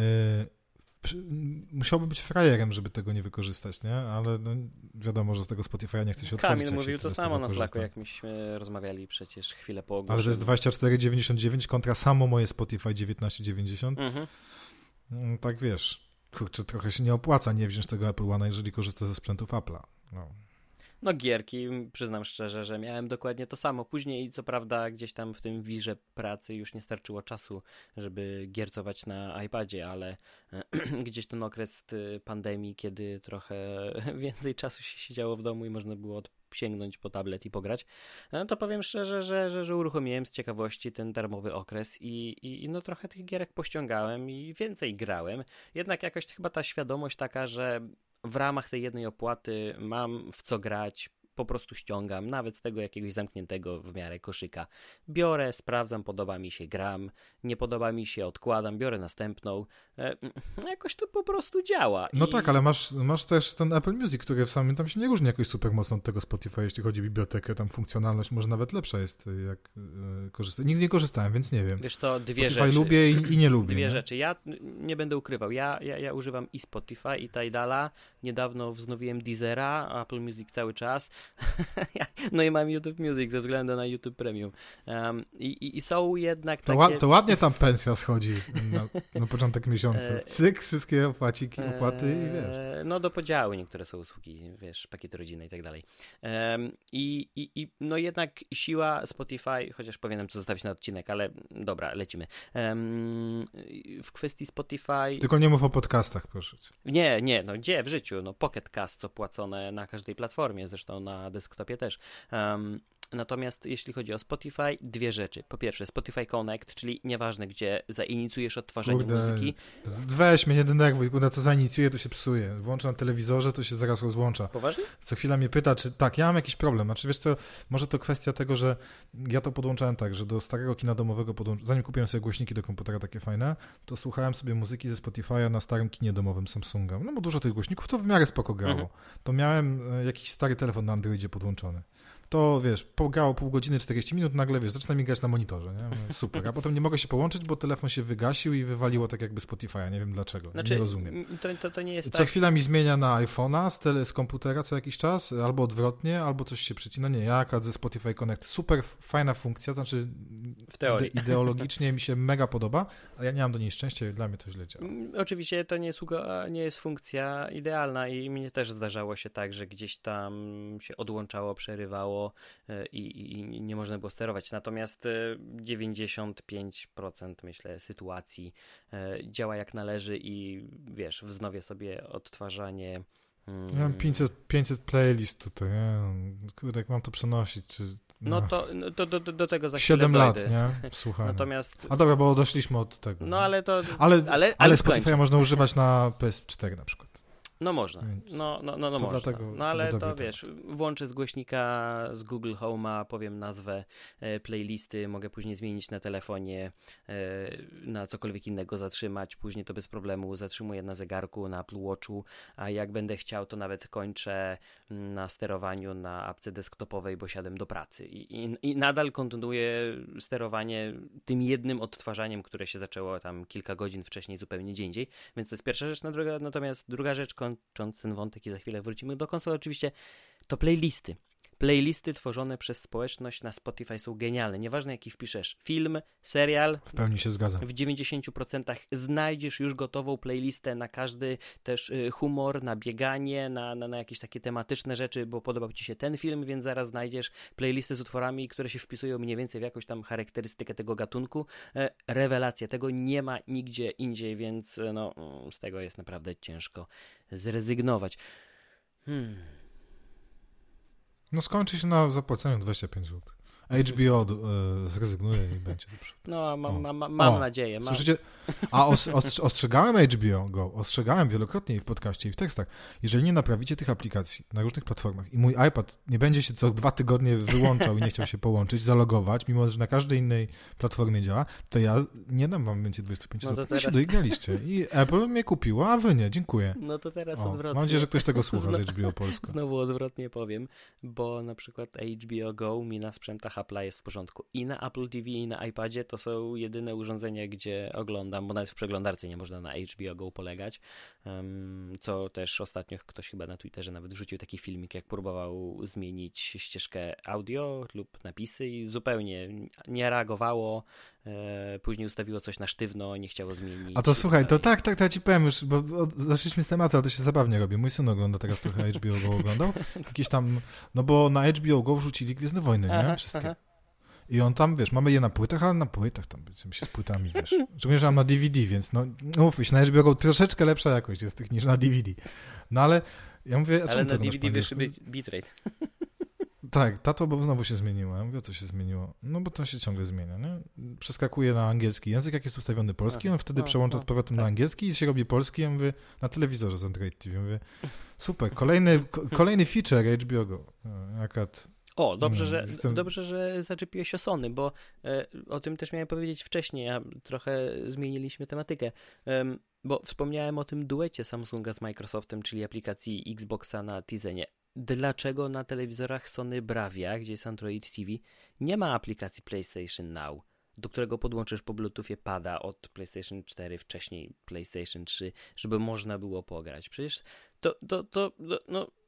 musiałbym być frajerem, żeby tego nie wykorzystać, nie? Ale no, wiadomo, że z tego Spotify'a nie chce się odchodzić.
Kamil mówił to samo na Slacku, jak myśmy rozmawiali przecież chwilę po ogłoszeniu.
Ale to jest dwadzieścia cztery dziewięćdziesiąt dziewięć kontra samo moje Spotify dziewiętnaście dziewięćdziesiąt. Mhm. No, tak wiesz, kurczę, trochę się nie opłaca nie wziąć tego Apple One'a, jeżeli korzysta ze sprzętów Apple'a. No.
No gierki, przyznam szczerze, że miałem dokładnie to samo. Później, co prawda, gdzieś tam w tym wirze pracy już nie starczyło czasu, żeby giercować na iPadzie, ale gdzieś ten okres pandemii, kiedy trochę więcej czasu się siedziało w domu i można było sięgnąć po tablet i pograć, no to powiem szczerze, że, że, że uruchomiłem z ciekawości ten darmowy okres i, i no trochę tych gierek pościągałem i więcej grałem. Jednak jakoś chyba ta świadomość taka, że w ramach tej jednej opłaty mam w co grać, po prostu ściągam, nawet z tego jakiegoś zamkniętego w miarę koszyka. Biorę, sprawdzam, podoba mi się, gram, nie podoba mi się, odkładam, biorę następną. E, jakoś to po prostu działa.
No
I...
tak, ale masz, masz też ten Apple Music, który w samym tam się nie różni jakoś super mocno od tego Spotify, jeśli chodzi o bibliotekę, tam funkcjonalność może nawet lepsza jest, jak yy, korzystać. Nigdy nie korzystałem, więc nie wiem.
Wiesz co, dwie
Spotify
rzeczy.
lubię i, i nie lubię.
Dwie
nie?
rzeczy. Ja nie będę ukrywał, ja, ja, ja używam i Spotify, i Tidala. Niedawno wznowiłem Deezera, Apple Music cały czas. No i mam YouTube Music ze względu na YouTube Premium. Um, i, I są jednak
to
takie...
Ła, to ładnie tam pensja schodzi na, na początek miesiąca. Cyk, wszystkie opłaciki, opłaty i wiesz.
No do podziału niektóre są usługi, wiesz, pakiety rodzinne i tak dalej. Um, i, i, I no jednak siła Spotify, chociaż powinienem to zostawić na odcinek, ale dobra, lecimy. Um, w kwestii Spotify...
Tylko nie mów o podcastach, proszę cię.
Nie, nie, no gdzie w życiu? No Pocket Cast opłacone na każdej platformie, zresztą na desktopie też. Um, Natomiast jeśli chodzi o Spotify, dwie rzeczy. Po pierwsze, Spotify Connect, czyli nieważne, gdzie zainicjujesz odtwarzanie
Kurde,
muzyki.
Weź mnie, nie denerwuj, na co zainicjuję, to się psuje. Włączę na telewizorze, to się zaraz rozłącza.
Poważnie?
Co chwila mnie pyta, czy tak, ja mam jakiś problem. Znaczy wiesz co, może to kwestia tego, że ja to podłączałem tak, że do starego kina domowego, podłącz... zanim kupiłem sobie głośniki do komputera takie fajne, to słuchałem sobie muzyki ze Spotify'a na starym kinie domowym Samsunga. No bo dużo tych głośników to w miarę spoko grało. Mhm. To miałem jakiś stary telefon na Androidzie podłączony. To wiesz, pograło pół godziny, czterdzieści minut, nagle wiesz, zaczyna migać na monitorze, nie? Super, a potem nie mogę się połączyć, bo telefon się wygasił i wywaliło tak jakby Spotify'a, nie wiem dlaczego, znaczy, nie rozumiem.
To, to, to nie jest
co
tak...
chwila mi zmienia na iPhone'a z, tele, z komputera co jakiś czas, albo odwrotnie, albo coś się przycina, nie, ja akurat ze Spotify Connect, super fajna funkcja, to znaczy
w teorii.
Ide, ideologicznie mi się mega podoba, ale ja nie mam do niej szczęścia i dla mnie to źle działa.
Oczywiście to nie jest, nie jest funkcja idealna i mnie też zdarzało się tak, że gdzieś tam się odłączało, przerywało i, i nie można było sterować. Natomiast dziewięćdziesiąt pięć procent myślę sytuacji działa jak należy i wiesz, wznowię sobie odtwarzanie.
Ja mam pięćset, pięćset playlist tutaj, nie? Kurde, jak mam to przenosić, czy...
No, no to, no to do, do, do tego za chwilę
siedem
dojdę.
lat, nie? Słuchaj.
Natomiast...
A dobra, bo odeszliśmy od tego.
No ale to...
Ale, ale,
ale,
ale Spotify można używać na P S cztery na przykład.
No można, no, no, no, no można, dlatego, no ale to, to wiesz, włączę z głośnika z Google Home'a, powiem nazwę e, playlisty, mogę później zmienić na telefonie, e, na cokolwiek innego zatrzymać, później to bez problemu zatrzymuję na zegarku, na Apple Watchu, a jak będę chciał, to nawet kończę na sterowaniu na apce desktopowej, bo siadłem do pracy i, i, i nadal kontynuuję sterowanie tym jednym odtwarzaniem, które się zaczęło tam kilka godzin wcześniej zupełnie gdzie indziej, więc to jest pierwsza rzecz, na druga, natomiast druga rzecz, kończąc ten wątek i za chwilę wrócimy do konsol, oczywiście to playlisty. Playlisty tworzone przez społeczność na Spotify są genialne. Nieważne jaki wpiszesz film, serial.
W pełni się zgadzam.
W dziewięćdziesiąt procent znajdziesz już gotową playlistę na każdy też humor, na bieganie, na, na, na jakieś takie tematyczne rzeczy, bo podobał ci się ten film, więc zaraz znajdziesz playlistę z utworami, które się wpisują mniej więcej w jakąś tam charakterystykę tego gatunku. Rewelacja. Tego nie ma nigdzie indziej, więc no, z tego jest naprawdę ciężko zrezygnować. Hmm.
No skończy się na zapłaceniu dwadzieścia pięć złotych. H B O y, zrezygnuje i będzie dobrze.
No, mam, mam, mam, mam
o,
nadzieję. Mam.
Słyszycie? A os, os, ostrzegałem H B O Go, ostrzegałem wielokrotnie i w podcaście, i w tekstach. Jeżeli nie naprawicie tych aplikacji na różnych platformach i mój iPad nie będzie się co dwa tygodnie wyłączał i nie chciał się połączyć, zalogować, mimo że na każdej innej platformie działa, to ja nie dam wam więcej dwadzieścia pięć złotych. No to teraz... się doigraliście. I Apple mnie kupiło, a wy nie. Dziękuję.
No to teraz
o,
odwrotnie.
Mam nadzieję, że ktoś tego słucha z H B O Polska.
Znowu odwrotnie powiem, bo na przykład H B O Go mi na sprzętach Apple'a jest w porządku. I na Apple T V, i na iPadzie to są jedyne urządzenia, gdzie oglądam, bo nawet w przeglądarce nie można na H B O Go polegać, um, co też ostatnio ktoś chyba na Twitterze nawet wrzucił taki filmik, jak próbował zmienić ścieżkę audio lub napisy i zupełnie nie reagowało, e, później ustawiło coś na sztywno, nie chciało zmienić.
A to słuchaj, to tak, tak, to ja ci powiem już, bo zeszliśmy z tematu, ale to się zabawnie robi. Mój syn ogląda teraz trochę H B O Go oglądał, jakieś tam, no bo na H B O Go wrzucili Gwiezdne Wojny, nie?
Aha,
Wszystkie.
aha.
I on tam, wiesz, mamy je na płytach, ale na płytach tam będziemy się z płytami, wiesz. Szczególnie, że mam na D V D, więc no, no mówmy się, na H B O Go troszeczkę lepsza jakość jest tych niż na D V D. No ale ja mówię, a
ale na
D
D V D wyższy bitrate.
Tak, tato, bo znowu się zmieniło. Ja mówię, co się zmieniło? No bo to się ciągle zmienia, nie? Przeskakuje na angielski język, jak jest ustawiony polski, on wtedy no, przełącza no, z powrotem tak. na angielski i się robi polski. Ja mówię, na telewizorze z Android T V. Ja mówię, super, kolejny, kolejny feature H B O Go. Akurat...
O, dobrze, że, Jestem... dobrze, że zaczepiłeś o Sony, bo e, o tym też miałem powiedzieć wcześniej, a trochę zmieniliśmy tematykę, e, bo wspomniałem o tym duecie Samsunga z Microsoftem, czyli aplikacji Xboxa na Tizenie. Dlaczego na telewizorach Sony Bravia, gdzie jest Android T V, nie ma aplikacji PlayStation Now, do którego podłączysz po Bluetoothie pada od PlayStation cztery, wcześniej PlayStation trzy, żeby można było pograć? Przecież to, to, to, to no...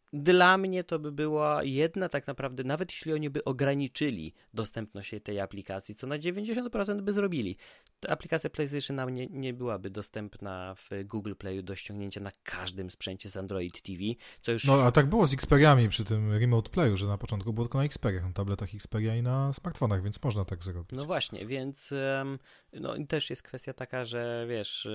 Dla mnie to by była jedna tak naprawdę, nawet jeśli oni by ograniczyli dostępność tej aplikacji, co na dziewięćdziesiąt procent by zrobili, to aplikacja PlayStation Now nie, nie byłaby dostępna w Google Playu do ściągnięcia na każdym sprzęcie z Android T V, co już...
No, a tak było z Xperiami przy tym Remote Playu, że na początku było tylko na Xperiach, na tabletach Xperia i na smartfonach, więc można tak zrobić.
No właśnie, więc um, no i też jest kwestia taka, że wiesz,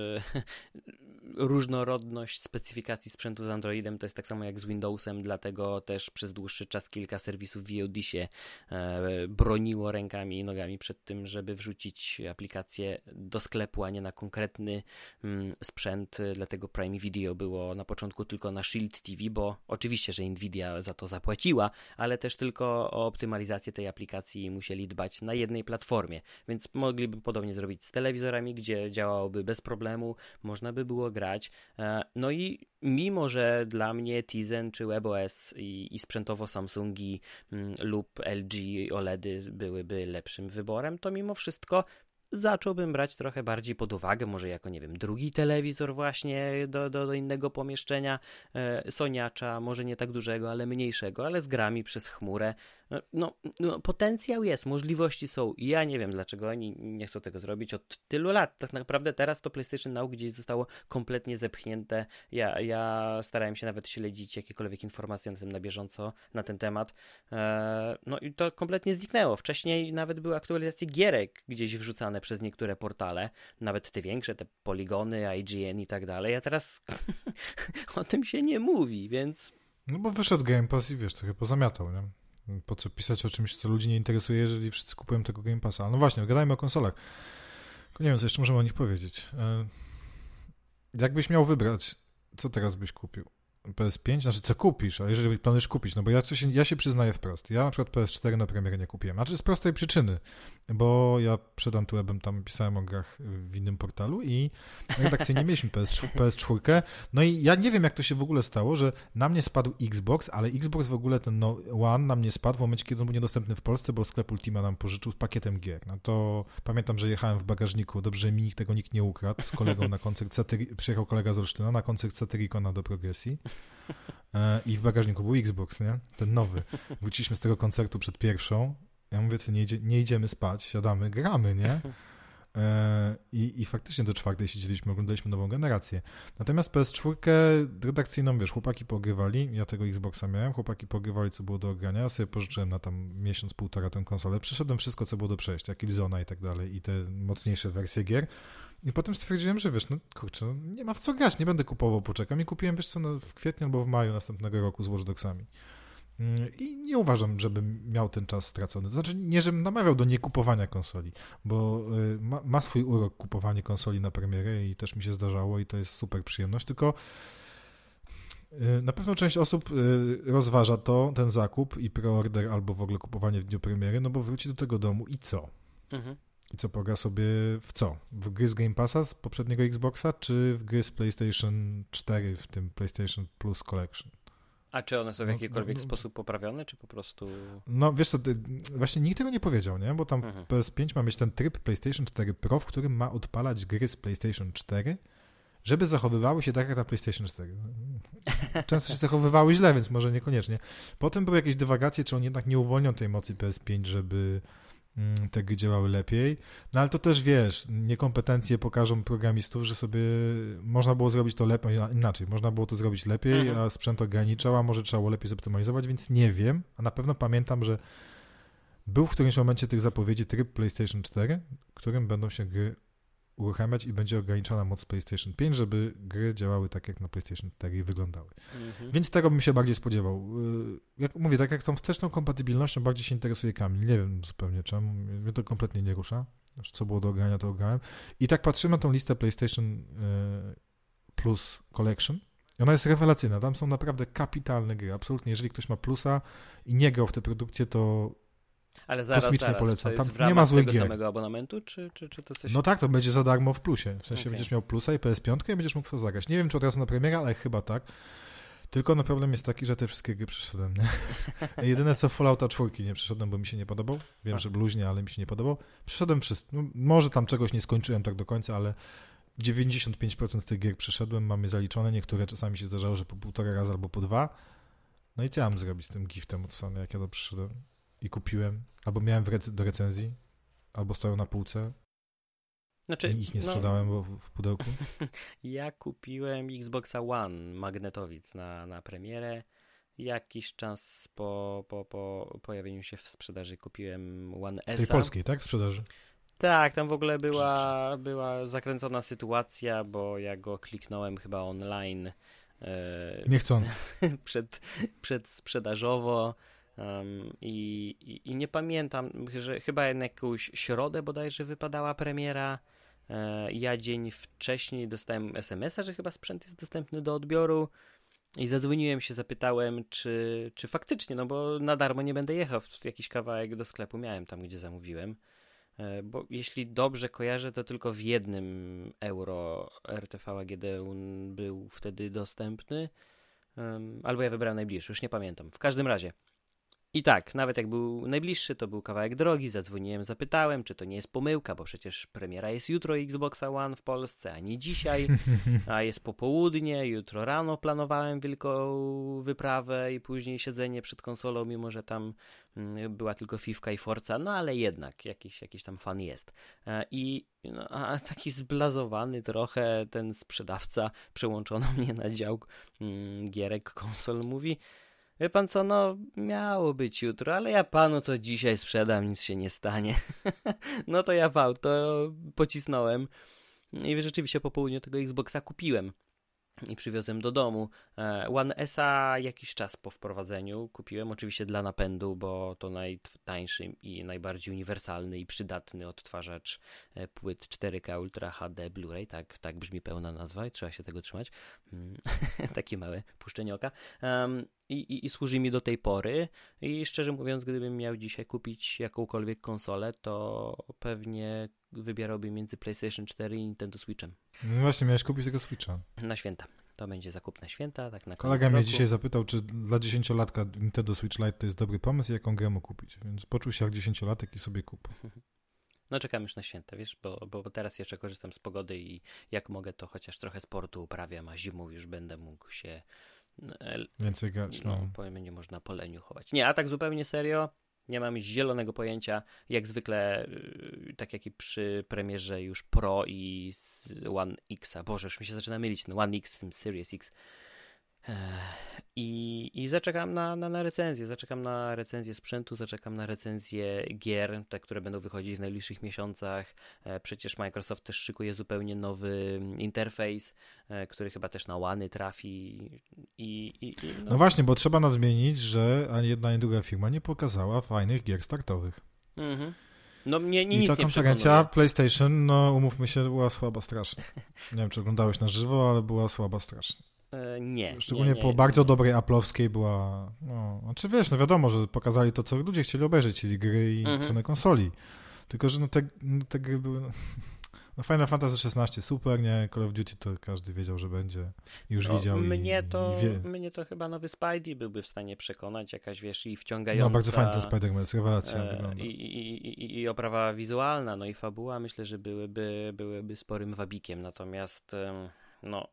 różnorodność specyfikacji sprzętu z Androidem to jest tak samo jak z Windowsem, dlatego też przez dłuższy czas kilka serwisów V O D się e, broniło rękami i nogami przed tym, żeby wrzucić aplikację do sklepu, a nie na konkretny mm, sprzęt, dlatego Prime Video było na początku tylko na Shield T V, bo oczywiście, że Nvidia za to zapłaciła, ale też tylko o optymalizację tej aplikacji musieli dbać na jednej platformie, więc mogliby podobnie zrobić z telewizorami, gdzie działałoby bez problemu, można by było grać, e, no i mimo, że dla mnie Tizen czy WebOS i, i sprzętowo Samsungi mm, lub L G OLEDy byłyby lepszym wyborem, to mimo wszystko zacząłbym brać trochę bardziej pod uwagę, może jako, nie wiem, drugi telewizor właśnie do, do, do innego pomieszczenia, e, soniacza, może nie tak dużego, ale mniejszego, ale z grami przez chmurę. No, no, potencjał jest, możliwości są. Ja nie wiem, dlaczego oni nie chcą tego zrobić od tylu lat. Tak naprawdę teraz to PlayStation Now gdzieś zostało kompletnie zepchnięte. Ja, ja starałem się nawet śledzić jakiekolwiek informacje na tym na bieżąco, na ten temat. Eee, no i to kompletnie zniknęło. Wcześniej nawet były aktualizacje gierek gdzieś wrzucane przez niektóre portale, nawet te większe, te Polygony, I G N i tak dalej, a teraz o tym się nie mówi, więc...
No bo wyszedł Game Pass i wiesz, trochę pozamiatał, nie? Po co pisać o czymś, co ludzi nie interesuje, jeżeli wszyscy kupują tego Game Passa. No właśnie, gadajmy o konsolach. Nie wiem, co jeszcze możemy o nich powiedzieć. Jakbyś miał wybrać, co teraz byś kupił? P S pięć? Znaczy, co kupisz? A jeżeli planujesz kupić? No bo ja, się, ja się przyznaję wprost. Ja na przykład P S cztery na premierę nie kupiłem. Znaczy z prostej przyczyny, bo ja przed Antwebem tam pisałem o grach w innym portalu i redakcyjnie mieliśmy P S cztery. No i ja nie wiem, jak to się w ogóle stało, że na mnie spadł Xbox, ale Xbox w ogóle ten no One na mnie spadł w momencie, kiedy on był niedostępny w Polsce, bo sklep Ultima nam pożyczył z pakietem gier. No to pamiętam, że jechałem w bagażniku. Dobrze, że mi nikt tego nikt nie ukradł. Z kolegą na koncert Satyri... Przyjechał kolega z Olsztyna na koncert Satyricona do Progresji. I w bagażniku był Xbox, nie? Ten nowy. Wróciliśmy z tego koncertu przed pierwszą. Ja mówię, co nie, idzie, nie idziemy spać, siadamy, gramy, nie? I, I faktycznie do czwartej siedzieliśmy, oglądaliśmy nową generację. Natomiast P S cztery redakcyjną, wiesz, chłopaki pogrywali, ja tego Xboxa miałem, chłopaki pogrywali, co było do ogrania, ja sobie pożyczyłem na tam miesiąc, półtora tę konsolę, przeszedłem wszystko, co było do przejścia, Killzone'a i tak dalej, i te mocniejsze wersje gier. I potem stwierdziłem, że wiesz, no kurczę, no, nie ma w co grać, nie będę kupował, poczekam i kupiłem, wiesz co, no, w kwietniu albo w maju następnego roku z Watch Dogsami. I nie uważam, żebym miał ten czas stracony. To znaczy, nie żebym namawiał do niekupowania konsoli, bo ma, ma swój urok kupowanie konsoli na premierę i też mi się zdarzało i to jest super przyjemność, tylko na pewno część osób rozważa to, ten zakup i preorder albo w ogóle kupowanie w dniu premiery, no bo wróci do tego domu i co? Mhm. I co, pogra sobie w co? W gry z Game Passa z poprzedniego Xboxa, czy w gry z PlayStation cztery, w tym PlayStation Plus Collection?
A czy one są w jakikolwiek no, no, sposób poprawione, czy po prostu...
No wiesz co, ty, właśnie nikt tego nie powiedział, nie? Bo tam mhm. P S pięć ma mieć ten tryb PlayStation cztery Pro, w którym ma odpalać gry z PlayStation cztery, żeby zachowywały się tak jak na PlayStation cztery. Często się zachowywały źle, więc może niekoniecznie. Potem były jakieś dywagacje, czy oni jednak nie uwolnią tej mocy P S pięć, żeby te gry działały lepiej. No ale to też wiesz, niekompetencje pokażą programistów, że sobie można było zrobić to lepiej, inaczej, można było to zrobić lepiej, mhm. a sprzęt ograniczał, a może trzeba było lepiej zoptymalizować, więc nie wiem, a na pewno pamiętam, że był w którymś momencie tych zapowiedzi tryb PlayStation cztery, którym będą się gry uruchamiać i będzie ograniczona moc PlayStation pięć, żeby gry działały tak jak na PlayStation cztery i wyglądały. Mhm. Więc tego bym się bardziej spodziewał. Jak mówię, tak jak tą wsteczną kompatybilnością bardziej się interesuje Kamil. Nie wiem zupełnie czemu. Mnie to kompletnie nie rusza. Co było do ogrania, to ograłem. I tak patrzymy na tą listę PlayStation Plus Collection. Ona jest rewelacyjna. Tam są naprawdę kapitalne gry. Absolutnie. Jeżeli ktoś ma plusa i nie grał w te produkcje, to
ale zaraz,
kosmicznie
zaraz,
polecam.
to
Tam
jest w ramach
nie ma złych
tego
gier.
samego abonamentu, czy, czy, czy to coś...
No tak, to będzie za darmo w plusie. W sensie
okay.
będziesz miał plusa i P S pięć i będziesz mógł w to zagrać. Nie wiem, czy od razu na premierę, ale chyba tak. Tylko no problem jest taki, że te wszystkie gry przeszedłem. Nie? Jedyne co Fallouta cztery nie przeszedłem, bo mi się nie podobał. Wiem, A. że bluźnie, ale mi się nie podobał. Przeszedłem wszystko. No, może tam czegoś nie skończyłem tak do końca, ale dziewięćdziesiąt pięć procent z tych gier przeszedłem, mamy zaliczone. Niektóre czasami się zdarzało, że po półtora razy albo po dwa. No i co ja mam zrobić z tym giftem od Sony, jak ja to przyszedłem i kupiłem? Albo miałem w rec- do recenzji, albo stoją na półce
Znaczy,
i ich nie
no,
sprzedałem, bo w, w pudełku.
ja kupiłem Xboxa One magnetowic na, na premierę. Jakiś czas po, po, po pojawieniu się w sprzedaży kupiłem One S.
Tej polskiej, tak? W sprzedaży.
Tak, tam w ogóle była, była zakręcona sytuacja, bo ja go kliknąłem chyba online e,
Niechcąc.
przed, przed sprzedażowo um, i, i, i nie pamiętam, że chyba na jakąś środę bodajże wypadała premiera. E, ja dzień wcześniej dostałem es em es a, że chyba sprzęt jest dostępny do odbioru. I zadzwoniłem się, zapytałem, czy, czy faktycznie, no bo na darmo nie będę jechał, jakiś kawałek do sklepu miałem tam, gdzie zamówiłem, bo jeśli dobrze kojarzę, to tylko w jednym euro R T V A G D był wtedy dostępny, albo ja wybrałem najbliższy, już nie pamiętam, w każdym razie. I tak, nawet jak był najbliższy, to był kawałek drogi, zadzwoniłem, zapytałem, czy to nie jest pomyłka, bo przecież premiera jest jutro Xboxa One w Polsce, a nie dzisiaj, a jest popołudnie, jutro rano planowałem wielką wyprawę i później siedzenie przed konsolą, mimo że tam była tylko Fifka i Forza, no ale jednak jakiś, jakiś tam fan jest. I no, a taki zblazowany trochę ten sprzedawca przełączono mnie na dział mm, gierek konsol, mówi: wie pan co, no miało być jutro, ale ja panu to dzisiaj sprzedam, nic się nie stanie. No to ja w auto pocisnąłem i rzeczywiście po południu tego Xboxa kupiłem i przywiozłem do domu. One S a jakiś czas po wprowadzeniu kupiłem, oczywiście dla napędu, bo to najtańszy i najbardziej uniwersalny i przydatny odtwarzacz płyt cztery K Ultra H D Blu-ray, tak, tak brzmi pełna nazwa i trzeba się tego trzymać. Takie małe puszczenie oka. Um, i, i, I służy mi do tej pory i szczerze mówiąc, gdybym miał dzisiaj kupić jakąkolwiek konsolę, to pewnie wybierałbym między PlayStation cztery i Nintendo Switchem.
No właśnie, miałeś kupić tego Switcha.
Na święta. To będzie zakup na święta, tak na koniec
Kolega mnie
roku.
dzisiaj zapytał, czy dla dziesięciolatka Nintendo Switch Lite to jest dobry pomysł i jaką grę mu kupić. Więc poczuł się jak dziesięciolatek i sobie kup.
No czekam już na święta, wiesz, bo, bo teraz jeszcze korzystam z pogody i jak mogę, to chociaż trochę sportu uprawiam, a zimą już będę mógł się
więcej grać, no.
no będzie można po leniu chować. Nie, a tak zupełnie serio, nie mam zielonego pojęcia. Jak zwykle, tak jak i przy premierze już Pro i One X, Boże, już mi się zaczyna mylić, no One X, Series X. I, i zaczekam na, na, na recenzję, zaczekam na recenzję sprzętu, zaczekam na recenzję gier, te, które będą wychodzić w najbliższych miesiącach. Przecież Microsoft też szykuje zupełnie nowy interfejs, który chyba też na One trafi. I, i, i no.
no właśnie, bo trzeba nadmienić, że ani jedna, ani druga firma nie pokazała fajnych gier startowych.
Mhm. No mnie nie,
I
nic
ta
nie
konferencja
przekonuje.
PlayStation, no umówmy się, była słaba strasznie. Nie wiem, czy oglądałeś na żywo, ale była słaba strasznie.
Nie.
Szczególnie
nie, nie.
po bardzo dobrej Apple'owskiej była, no, znaczy wiesz, no wiadomo, że pokazali to, co ludzie chcieli obejrzeć, czyli gry i
Mhm.
cenę konsoli. Tylko, że no te, no, te gry były, no, no Final Fantasy szesnaście super, nie? Call of Duty to każdy wiedział, że będzie, już
No,
widział
mnie
i,
to,
i wie.
mnie to chyba nowy Spidey byłby w stanie przekonać, jakaś wiesz, i wciągająca.
No bardzo fajny ten Spider-Man, jest rewelacja
e,
wygląda.
I, i, i, I oprawa wizualna, no i fabuła, myślę, że byłyby, byłyby sporym wabikiem, natomiast em, no...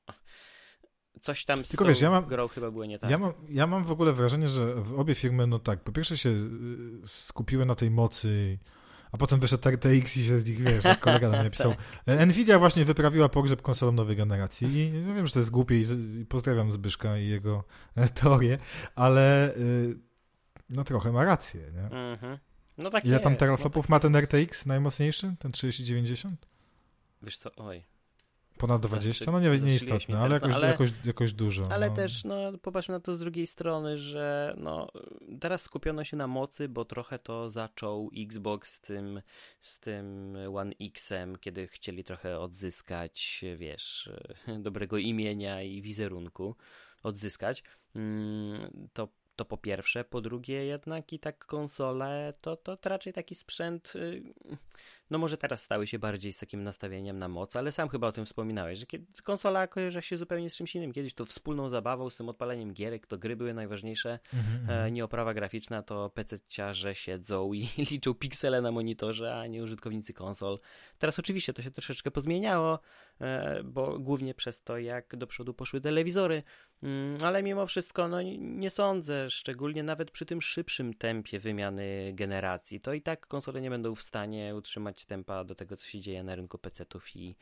Coś tam z
Tylko
tą
wiesz, ja mam-
grą chyba było nie tak.
Ja mam, ja mam w ogóle wrażenie, że w obie firmy, no tak, po pierwsze się y, skupiły na tej mocy, a potem wyszedł R T X i się z nich, wiesz, jak kolega na mnie napisał. Nvidia właśnie wyprawiła pogrzeb konsolom nowej generacji i ja wiem, że to jest głupie i, z- i pozdrawiam Zbyszka i jego e, teorię, ale y, no trochę ma rację, nie?
Mhm. No tak
Ile
jest,
tam
no
teraflopów
tak
ma ten
jest.
R T X najmocniejszy, ten trzydzieści dziewięćdziesiąt?
Wiesz co, oj.
Ponad dwadzieścia? No nie,
Zastrzeliłeś
nieistotne,
mnie
ale
teraz, no,
jakoś,
ale-
jakoś, jakoś dużo.
Ale
no.
też, no, popatrzmy na to z drugiej strony, że no, teraz skupiono się na mocy, bo trochę to zaczął Xbox z tym, z tym One X-em, kiedy chcieli trochę odzyskać, wiesz, dobrego imienia i wizerunku, odzyskać. Mm, To To po pierwsze, po drugie jednak i tak konsole to, to, to raczej taki sprzęt, y, no może teraz stały się bardziej z takim nastawieniem na moc, ale sam chyba o tym wspominałeś, że kiedy konsola kojarzy się zupełnie z czymś innym. Kiedyś to wspólną zabawą z tym odpaleniem gierek, to gry były najważniejsze,
Mhm, mhm.
e, nie oprawa graficzna, to pececiarze siedzą i liczą piksele na monitorze, a nie użytkownicy konsol. Teraz oczywiście to się troszeczkę pozmieniało, e, bo głównie przez to, jak do przodu poszły telewizory, Ale mimo wszystko, no nie sądzę, szczególnie nawet przy tym szybszym tempie wymiany generacji, to i tak konsole nie będą w stanie utrzymać tempa do tego, co się dzieje na rynku pecetów i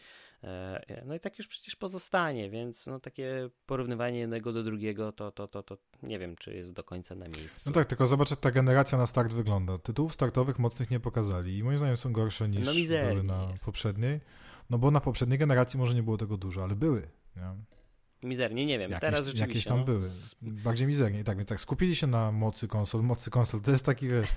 no i tak już przecież pozostanie, więc no takie porównywanie jednego do drugiego, to, to, to, to nie wiem, czy jest do końca na miejscu.
No tak, tylko zobacz, jak ta generacja na start wygląda. Tytułów startowych mocnych nie pokazali i moim zdaniem są gorsze niż
no
były na
jest.
poprzedniej. No bo na poprzedniej generacji może nie było tego dużo, ale były. Nie?
Mizernie, nie wiem,
jakieś,
teraz rzeczywiście.
Jakieś tam
no.
były, bardziej mizernie. Tak, więc tak, skupili się na mocy konsol. Mocy konsol to jest taki, wiesz,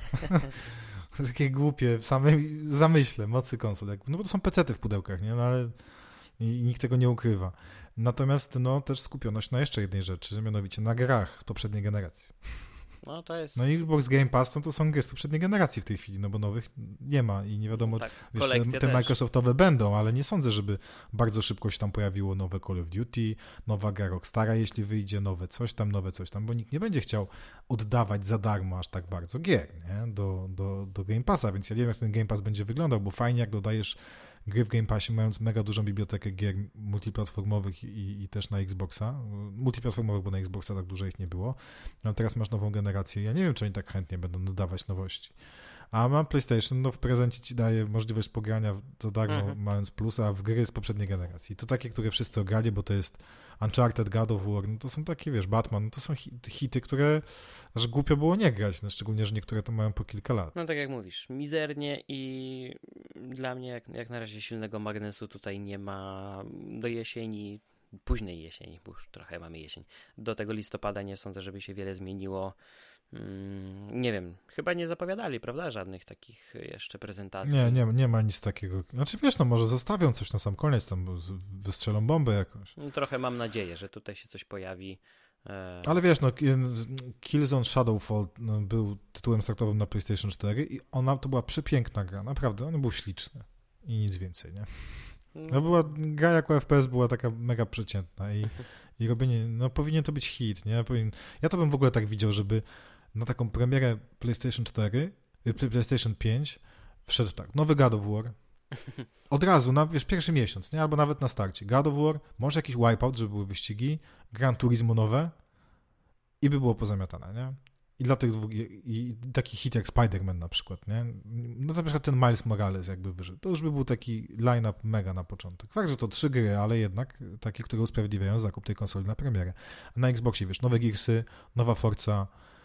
takie głupie w samym zamyśle, mocy konsol. No bo to są pecety w pudełkach, nie? No ale i nikt tego nie ukrywa. Natomiast no też skupioność na jeszcze jednej rzeczy, mianowicie na grach z poprzedniej generacji.
No to jest...
No i Xbox Game Pass no to są gry z poprzedniej generacji w tej chwili, no bo nowych nie ma i nie wiadomo,
tak,
wiesz, te, te Microsoftowe będą, ale nie sądzę, żeby bardzo szybko się tam pojawiło nowe Call of Duty, nowa gra Rockstara, jeśli wyjdzie, nowe coś tam, nowe coś tam, bo nikt nie będzie chciał oddawać za darmo aż tak bardzo gier, nie? Do, do, do Game Passa, więc ja wiem, jak ten Game Pass będzie wyglądał, bo fajnie jak dodajesz gry w Game Passie, mając mega dużą bibliotekę gier multiplatformowych i, i też na Xboxa. Multiplatformowych, bo na Xboxa tak dużo ich nie było. No teraz masz nową generację. Ja nie wiem, czy oni tak chętnie będą dodawać nowości. A mam PlayStation, no w prezencie ci daje możliwość pogrania za darmo, mhm. mając plusa w gry z poprzedniej generacji. To takie, które wszyscy ograli, bo to jest Uncharted, God of War, no to są takie, wiesz, Batman, no to są hity, które aż głupio było nie grać, no szczególnie, że niektóre to mają po kilka lat.
No tak jak mówisz, mizernie i dla mnie jak, jak na razie silnego magnesu tutaj nie ma do jesieni, późnej jesieni, bo już trochę mamy jesień, do tego listopada nie sądzę, żeby się wiele zmieniło. Hmm, nie wiem, chyba nie zapowiadali, prawda, żadnych takich jeszcze prezentacji.
Nie, nie, nie ma nic takiego. Znaczy wiesz, no może zostawią coś na sam koniec, tam wystrzelą bombę jakąś.
Trochę mam nadzieję, że tutaj się coś pojawi.
Ale wiesz, no Killzone Shadowfall no, był tytułem startowym na PlayStation cztery i ona to była przepiękna gra, naprawdę, on był śliczny i nic więcej, nie? No była, gra jako F P S była taka mega przeciętna i, i robienie, no powinien to być hit, nie? Powinien, ja to bym w ogóle tak widział, żeby na taką premierę PlayStation cztery, PlayStation pięć wszedł tak, nowy God of War, od razu, na wiesz, pierwszy miesiąc, nie? Albo nawet na starcie. God of War, może jakiś Wipeout, żeby były wyścigi, Gran Turismo nowe i by było pozamiatane, nie? I dla tych dwóch, i taki hit jak Spider-Man na przykład, nie? No na przykład ten Miles Morales jakby wyszedł. To już by był taki line-up mega na początek. Fakt, że to trzy gry, ale jednak takie, które usprawiedliwiają zakup tej konsoli na premierę. Na Xboxie, wiesz, nowe Gearsy, nowa Forza,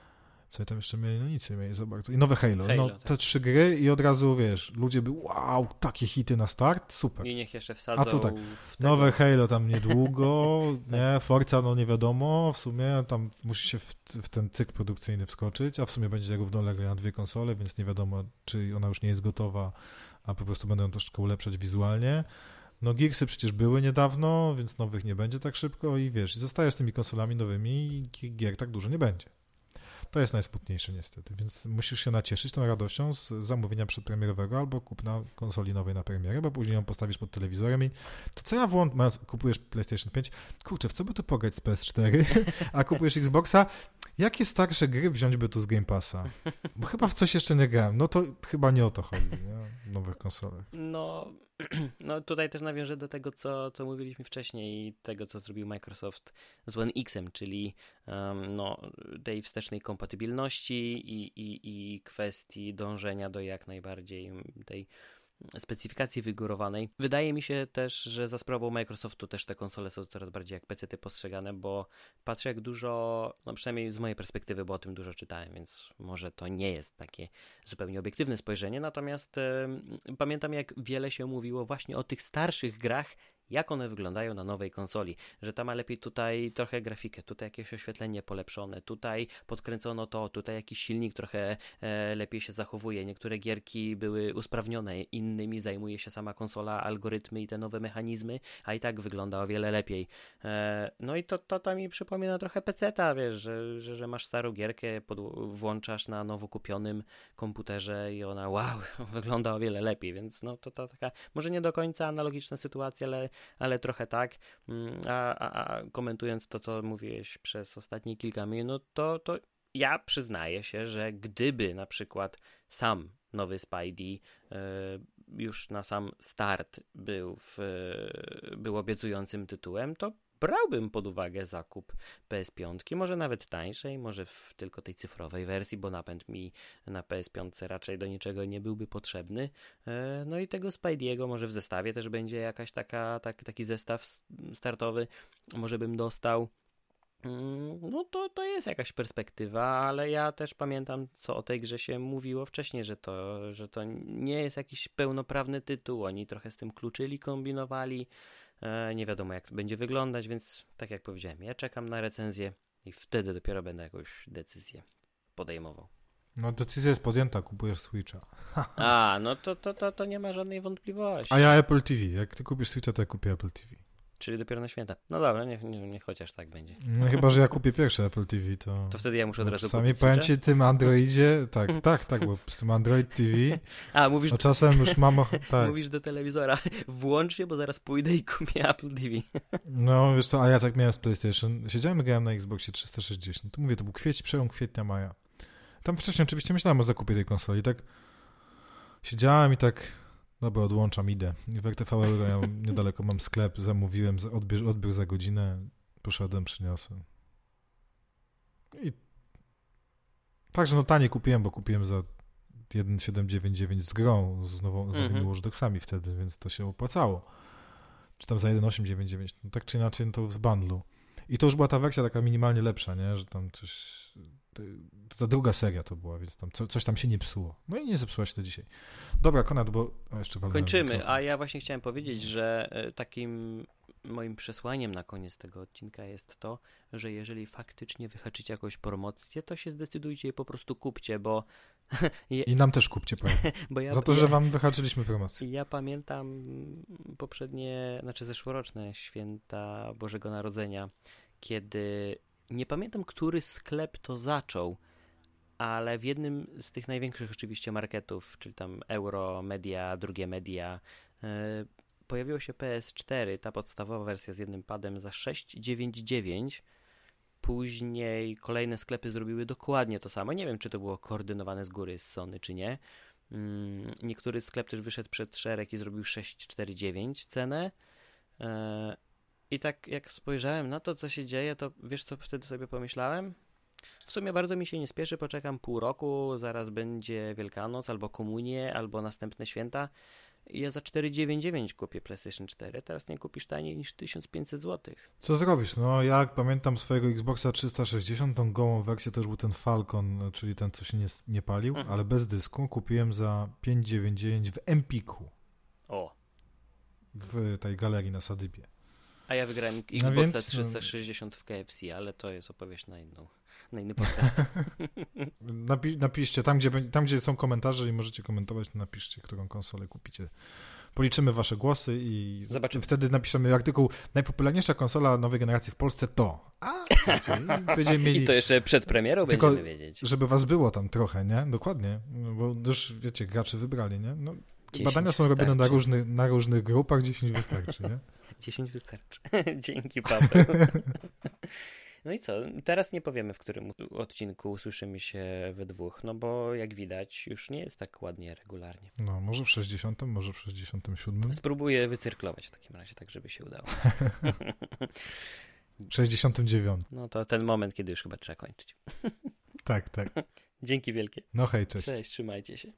co tam jeszcze mieli? No nic nie mieli za bardzo. I nowe Halo.
Halo
no, te tak. trzy gry i od razu, wiesz, ludzie by wow, takie hity na start, super.
I niech jeszcze wsadzą.
A tu tak, nowe Halo tam niedługo, nie, Forza no nie wiadomo, w sumie tam musi się w, w ten cykl produkcyjny wskoczyć, a w sumie będzie równolegle na dwie konsole, więc nie wiadomo, czy ona już nie jest gotowa, a po prostu będą ją troszkę ulepszać wizualnie. No Gearsy przecież były niedawno, więc nowych nie będzie tak szybko i wiesz, i zostajesz z tymi konsolami nowymi i gier tak dużo nie będzie. To jest najsmutniejsze niestety, więc musisz się nacieszyć tą radością z zamówienia przedpremierowego albo kupna konsoli nowej na premierę, bo później ją postawisz pod telewizorem i to co ja włączam, kupujesz PlayStation pięć, kurczę, w co by tu pograć z P S cztery, a kupujesz Xboxa, jakie starsze gry wziąć by tu z Game Passa? Bo chyba w coś jeszcze nie grałem, no to chyba nie o to chodzi, nie? W nowych konsolach.
No, no tutaj też nawiążę do tego, co, co mówiliśmy wcześniej i tego, co zrobił Microsoft z One X-em, czyli um, no, tej wstecznej kompatybilności i, i, i kwestii dążenia do jak najbardziej tej specyfikacji wygórowanej. Wydaje mi się też, że za sprawą Microsoftu też te konsole są coraz bardziej jak pecety postrzegane, bo patrzę jak dużo, no przynajmniej z mojej perspektywy, bo o tym dużo czytałem, więc może to nie jest takie zupełnie obiektywne spojrzenie, natomiast e, pamiętam jak wiele się mówiło właśnie o tych starszych grach, jak one wyglądają na nowej konsoli, że tam ma lepiej tutaj trochę grafikę, tutaj jakieś oświetlenie polepszone, tutaj podkręcono to, tutaj jakiś silnik trochę e, lepiej się zachowuje, niektóre gierki były usprawnione, innymi zajmuje się sama konsola, algorytmy i te nowe mechanizmy, a i tak wygląda o wiele lepiej. E, no i to, to, to mi przypomina trochę peceta, wiesz, że, że, że masz starą gierkę, pod, włączasz na nowo kupionym komputerze i ona wow, wygląda o wiele lepiej, więc no to, to taka, może nie do końca analogiczna sytuacja, ale ale trochę tak, a, a, a komentując to, co mówiłeś przez ostatnie kilka minut, to, to ja przyznaję się, że gdyby na przykład sam nowy Spidey y, już na sam start był, w, był obiecującym tytułem, to brałbym pod uwagę zakup P S pięć, może nawet tańszej, może w tylko tej cyfrowej wersji, bo napęd mi na P S pięć raczej do niczego nie byłby potrzebny. No i tego Spidey'ego może w zestawie też będzie jakaś taka, tak, taki zestaw startowy, może bym dostał. No to, to jest jakaś perspektywa, ale ja też pamiętam, co o tej grze się mówiło wcześniej, że to, że to nie jest jakiś pełnoprawny tytuł, oni trochę z tym kluczyli, kombinowali, e, nie wiadomo jak to będzie wyglądać, więc tak jak powiedziałem, ja czekam na recenzję i wtedy dopiero będę jakąś decyzję podejmował.
No decyzja jest podjęta, kupujesz Switcha.
A, no to, to, to, to nie ma żadnej wątpliwości.
A ja Apple T V, jak ty kupisz Switcha, to ja kupię Apple T V.
Czyli dopiero na święta. No dobra, niech, niech, niech chociaż tak będzie.
No chyba, że ja kupię pierwszy Apple T V, to...
To wtedy ja muszę od razu
Sami
kupić
powiem
Switcha?
ci, tym Androidzie, tak, tak, tak, bo z tym Android T V,
A, mówisz,
a czasem już mam, och- tak,
mówisz do telewizora, włącz się, bo zaraz pójdę i kupię Apple T V.
no wiesz co, a ja tak miałem z PlayStation, siedziałem, grałem na Xboxie trzysta sześćdziesiąt, to mówię, to był kwieć, przełom kwietnia, maja. Tam wcześniej oczywiście myślałem o zakupie tej konsoli, tak siedziałem i tak, dobra, odłączam, idę. I w R T V Euro ja niedaleko mam sklep, zamówiłem, odbiór, odbiór za godzinę, poszedłem, przyniosłem. I także no taniej kupiłem, bo kupiłem za tysiąc siedemset dziewięćdziesiąt dziewięć z grą, z, nową, z nowymi
Mhm.
Watch Dogsami wtedy, więc to się opłacało. Czy tam za tysiąc osiemset dziewięćdziesiąt dziewięć, no tak czy inaczej no to w bundlu. I to już była ta wersja taka minimalnie lepsza, nie, że tam coś... To, to ta druga seria to była, więc tam co, coś tam się nie psuło. No i nie zepsuła się to dzisiaj. Dobra, Konrad, bo... A jeszcze
Kończymy, a ja właśnie chciałem powiedzieć, że e, takim moim przesłaniem na koniec tego odcinka jest to, że jeżeli faktycznie wyhaczycie jakąś promocję, to się zdecydujcie i po prostu kupcie, bo...
I nam też kupcie, powiem.
bo ja,
Za to,
ja,
że wam wyhaczyliśmy promocję.
Ja pamiętam poprzednie, znaczy zeszłoroczne święta Bożego Narodzenia, kiedy nie pamiętam, który sklep to zaczął, ale w jednym z tych największych oczywiście marketów, czyli tam Euro, Media, drugie Media, yy, pojawiło się P S cztery, ta podstawowa wersja z jednym padem za sześć dziewięćdziesiąt dziewięć. Później kolejne sklepy zrobiły dokładnie to samo. Nie wiem, czy to było koordynowane z góry z Sony, czy nie. Yy, niektóry sklep też wyszedł przed szereg i zrobił sześć czterdzieści dziewięć cenę. Yy, I tak jak spojrzałem na to, co się dzieje, to wiesz, co wtedy sobie pomyślałem? W sumie bardzo mi się nie spieszy, poczekam pół roku, zaraz będzie Wielkanoc, albo Komunie, albo następne święta i ja za czterysta dziewięćdziesiąt dziewięć kupię PlayStation cztery, teraz nie kupisz taniej niż tysiąc pięćset złotych.
Co zrobisz? No jak pamiętam swojego Xboxa trzysta sześćdziesiąt, tą gołą wersję, to już był ten Falcon, czyli ten, co się nie, nie palił,
Mhm.
ale bez dysku, kupiłem za pięćset dziewięćdziesiąt dziewięć w Empiku,
O,
w tej galerii na Sadybie.
a ja wygrałem
No
Xboxa
więc-
trzysta sześćdziesiąt w K F C, ale to jest opowieść na inną, na inny podcast.
Napi- napiszcie, tam gdzie, będzie- tam gdzie są komentarze i możecie komentować, to napiszcie, którą konsolę kupicie. Policzymy wasze głosy i
Zobaczymy.
wtedy napiszemy artykuł najpopularniejsza konsola nowej generacji w Polsce to. A, wiecie, i będziemy mieli,
I to jeszcze przed premierą
Tylko-
będziemy wiedzieć.
żeby was było tam trochę, nie? Dokładnie, bo już, wiecie, gracze wybrali, nie? No,
dziesięć
badania są robione na,
wystarczy.
różny, na różnych grupach, dziesięć wystarczy, nie?
dziesięć wystarczy. Dzięki, Paweł. No i co? Teraz nie powiemy, w którym odcinku usłyszymy się we dwóch, no bo jak widać już nie jest tak ładnie regularnie.
No, może w sześćdziesiątym, może w sześćdziesiątym siódmym.
Spróbuję wycyrklować w takim razie, tak żeby się udało.
W sześćdziesiątym dziewiątym.
No to ten moment, kiedy już chyba trzeba kończyć.
Tak, tak.
Dzięki wielkie.
No hej, cześć.
Cześć, trzymajcie się.